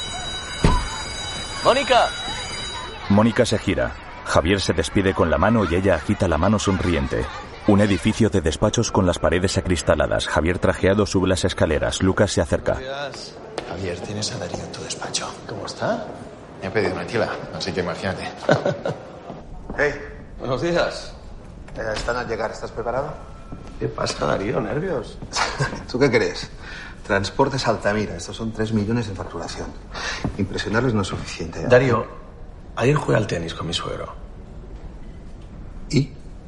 Speaker 4: ¡Mónica!
Speaker 2: Mónica se gira. Javier se despide con la mano y ella agita la mano sonriente. Un edificio de despachos con las paredes acristaladas. Javier trajeado sube las escaleras. Lucas se acerca.
Speaker 23: Javier, tienes a Darío en tu despacho.
Speaker 5: ¿Cómo está?
Speaker 23: Me ha pedido una tila, así que imagínate. Hey.
Speaker 5: Buenos días.
Speaker 23: Están al llegar, ¿estás preparado?
Speaker 5: ¿Qué pasa, Darío? ¿Nervios?
Speaker 23: ¿Tú qué crees? Transportes Altamira, estos son 3 millones en facturación. Impresionarles no es suficiente.
Speaker 5: Darío, ayer jugué al tenis con mi suegro.
Speaker 23: ¿Y?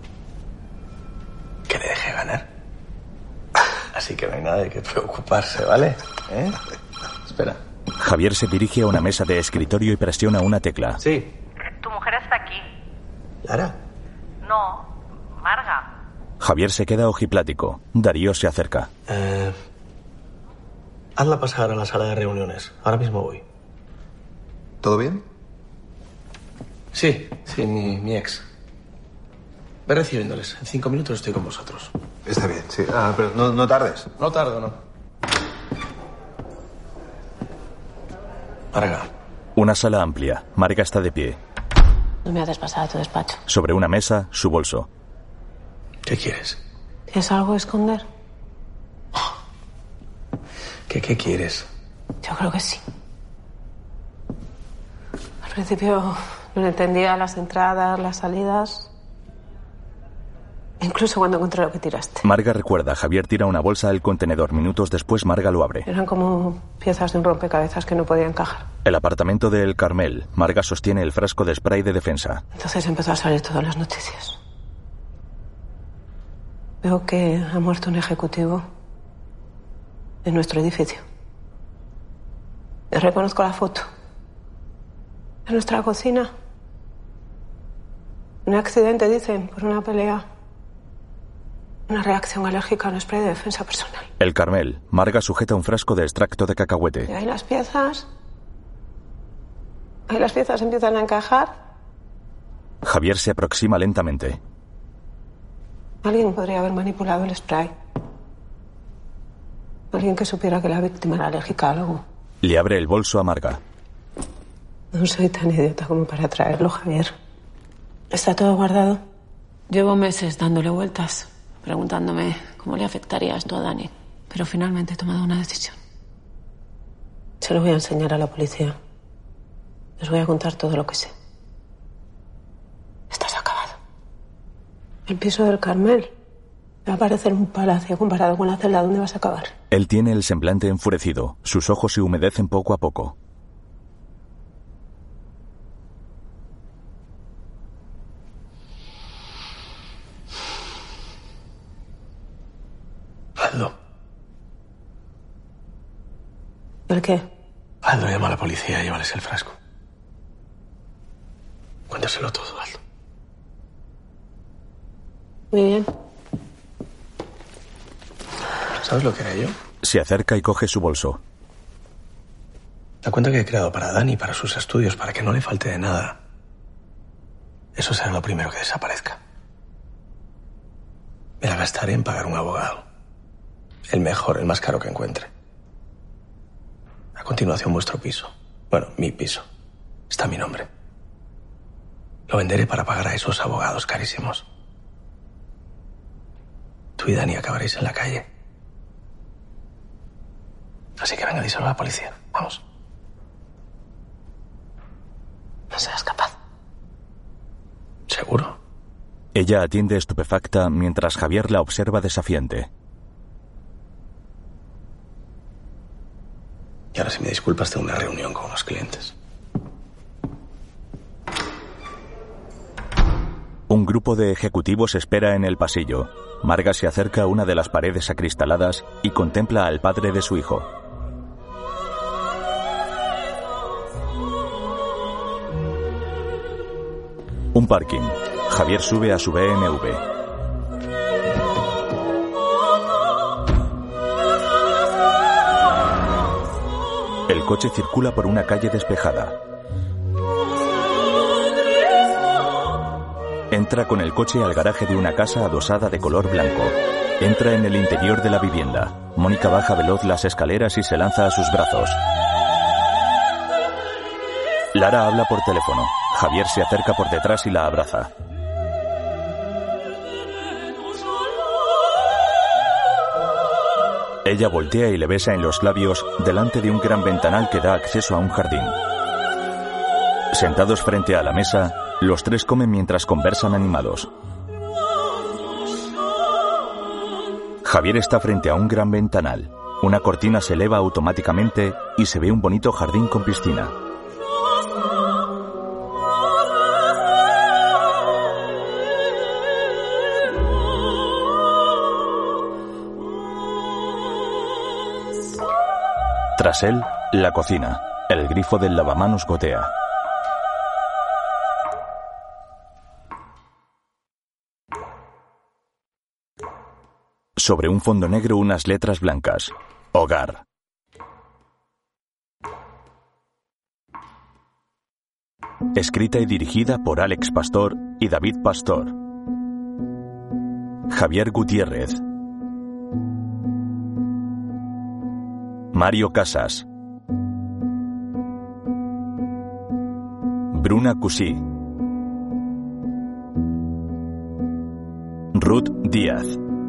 Speaker 5: Que le dejé ganar. Así que no hay nada de qué preocuparse, ¿vale? Espera.
Speaker 2: Javier se dirige a una mesa de escritorio y presiona una tecla.
Speaker 5: Sí.
Speaker 9: Tu mujer está aquí.
Speaker 5: ¿Lara?
Speaker 9: No, Marga.
Speaker 2: Javier se queda ojiplático. Darío se acerca.
Speaker 5: Hazla pasar a la sala de reuniones. Ahora mismo voy.
Speaker 23: ¿Todo bien?
Speaker 5: Sí, mi ex. Ve recibiéndoles. En 5 minutos estoy con vosotros.
Speaker 23: Está bien, sí. Pero no tardes.
Speaker 5: No tardo, no. Marga.
Speaker 2: Una sala amplia. Marga está de pie.
Speaker 7: No me haces pasar a tu despacho.
Speaker 2: Sobre una mesa, su bolso.
Speaker 5: ¿Qué quieres?
Speaker 7: ¿Tienes algo que esconder?
Speaker 5: ¿Qué quieres?
Speaker 7: Yo creo que sí. Al principio no entendía las entradas, las salidas. Incluso cuando encontré lo que tiraste.
Speaker 2: Marga recuerda. Javier tira una bolsa al contenedor. Minutos después, Marga lo abre.
Speaker 7: Eran como piezas de un rompecabezas que no podía encajar.
Speaker 2: El apartamento de El Carmel. Marga sostiene el frasco de spray de defensa.
Speaker 7: Entonces empezó a salir todas las noticias. Veo que ha muerto un ejecutivo en nuestro edificio. Y reconozco la foto. En nuestra cocina. Un accidente, dicen, por una pelea. Una reacción alérgica a un spray de defensa personal.
Speaker 2: El Carmel. Marga sujeta un frasco de extracto de cacahuete.
Speaker 7: Y ahí las piezas. Ahí las piezas empiezan a encajar.
Speaker 2: Javier se aproxima lentamente.
Speaker 7: Alguien podría haber manipulado el spray. Alguien que supiera que la víctima era alérgica a algo.
Speaker 2: Le abre el bolso a Marga.
Speaker 7: No soy tan idiota como para traerlo, Javier. ¿Está todo guardado? Llevo meses dándole vueltas, preguntándome cómo le afectaría esto a Dani. Pero finalmente he tomado una decisión. Se lo voy a enseñar a la policía. Les voy a contar todo lo que sé. Estás acabado. El piso del Carmel va a parecer un palacio comparado con la celda donde vas a acabar.
Speaker 2: Él tiene el semblante enfurecido. Sus ojos se humedecen poco a poco.
Speaker 5: Aldo.
Speaker 7: ¿El qué?
Speaker 5: Aldo, llama a la policía y llévales el frasco. Cuéntaselo todo, Aldo.
Speaker 7: Muy bien.
Speaker 5: ¿Sabes lo que era yo?
Speaker 2: Se acerca y coge su bolso.
Speaker 5: La cuenta que he creado para Dani, para sus estudios, para que no le falte de nada. Eso será lo primero que desaparezca. Me la gastaré en pagar un abogado. El mejor, el más caro que encuentre. A continuación, vuestro piso. Bueno, mi piso. Está mi nombre. Lo venderé para pagar a esos abogados carísimos. Tú y Dani acabaréis en la calle. Así que venga, díselo a la policía. Vamos.
Speaker 7: No serás capaz.
Speaker 5: ¿Seguro?
Speaker 2: Ella atiende estupefacta mientras Javier la observa desafiante.
Speaker 5: Y ahora, si me disculpas, tengo una reunión con unos clientes.
Speaker 2: Un grupo de ejecutivos espera en el pasillo. Marga se acerca a una de las paredes acristaladas y contempla al padre de su hijo. Un parking. Javier sube a su BMW. El coche circula por una calle despejada. Entra con el coche al garaje de una casa adosada de color blanco. Entra en el interior de la vivienda. Mónica baja veloz las escaleras y se lanza a sus brazos. Lara habla por teléfono. Javier se acerca por detrás y la abraza. Ella voltea y le besa en los labios delante de un gran ventanal que da acceso a un jardín. Sentados frente a la mesa, los tres comen mientras conversan animados. Javier está frente a un gran ventanal. Una cortina se eleva automáticamente y se ve un bonito jardín con piscina. Tras él, la cocina. El grifo del lavamanos gotea. Sobre un fondo negro unas letras blancas. Hogar. Escrita y dirigida por Alex Pastor y David Pastor. Javier Gutiérrez. Mario Casas. Bruna Cusí. Ruth Díaz.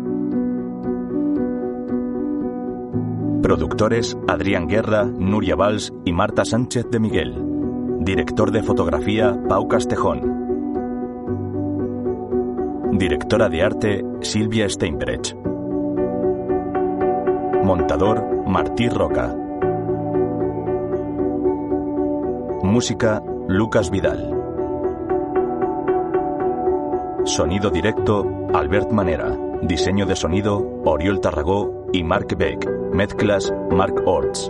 Speaker 2: Productores Adrián Guerra, Nuria Valls y Marta Sánchez de Miguel. Director de fotografía Pau Castejón. Directora de arte Silvia Steinbrecht. Montador Martí Roca. Música Lucas Vidal. Sonido directo Albert Manera. Diseño de sonido Oriol Tarragó y Marc Beck. Mezclas Marc Orts.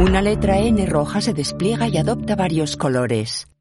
Speaker 11: Una letra N roja se despliega y adopta varios colores.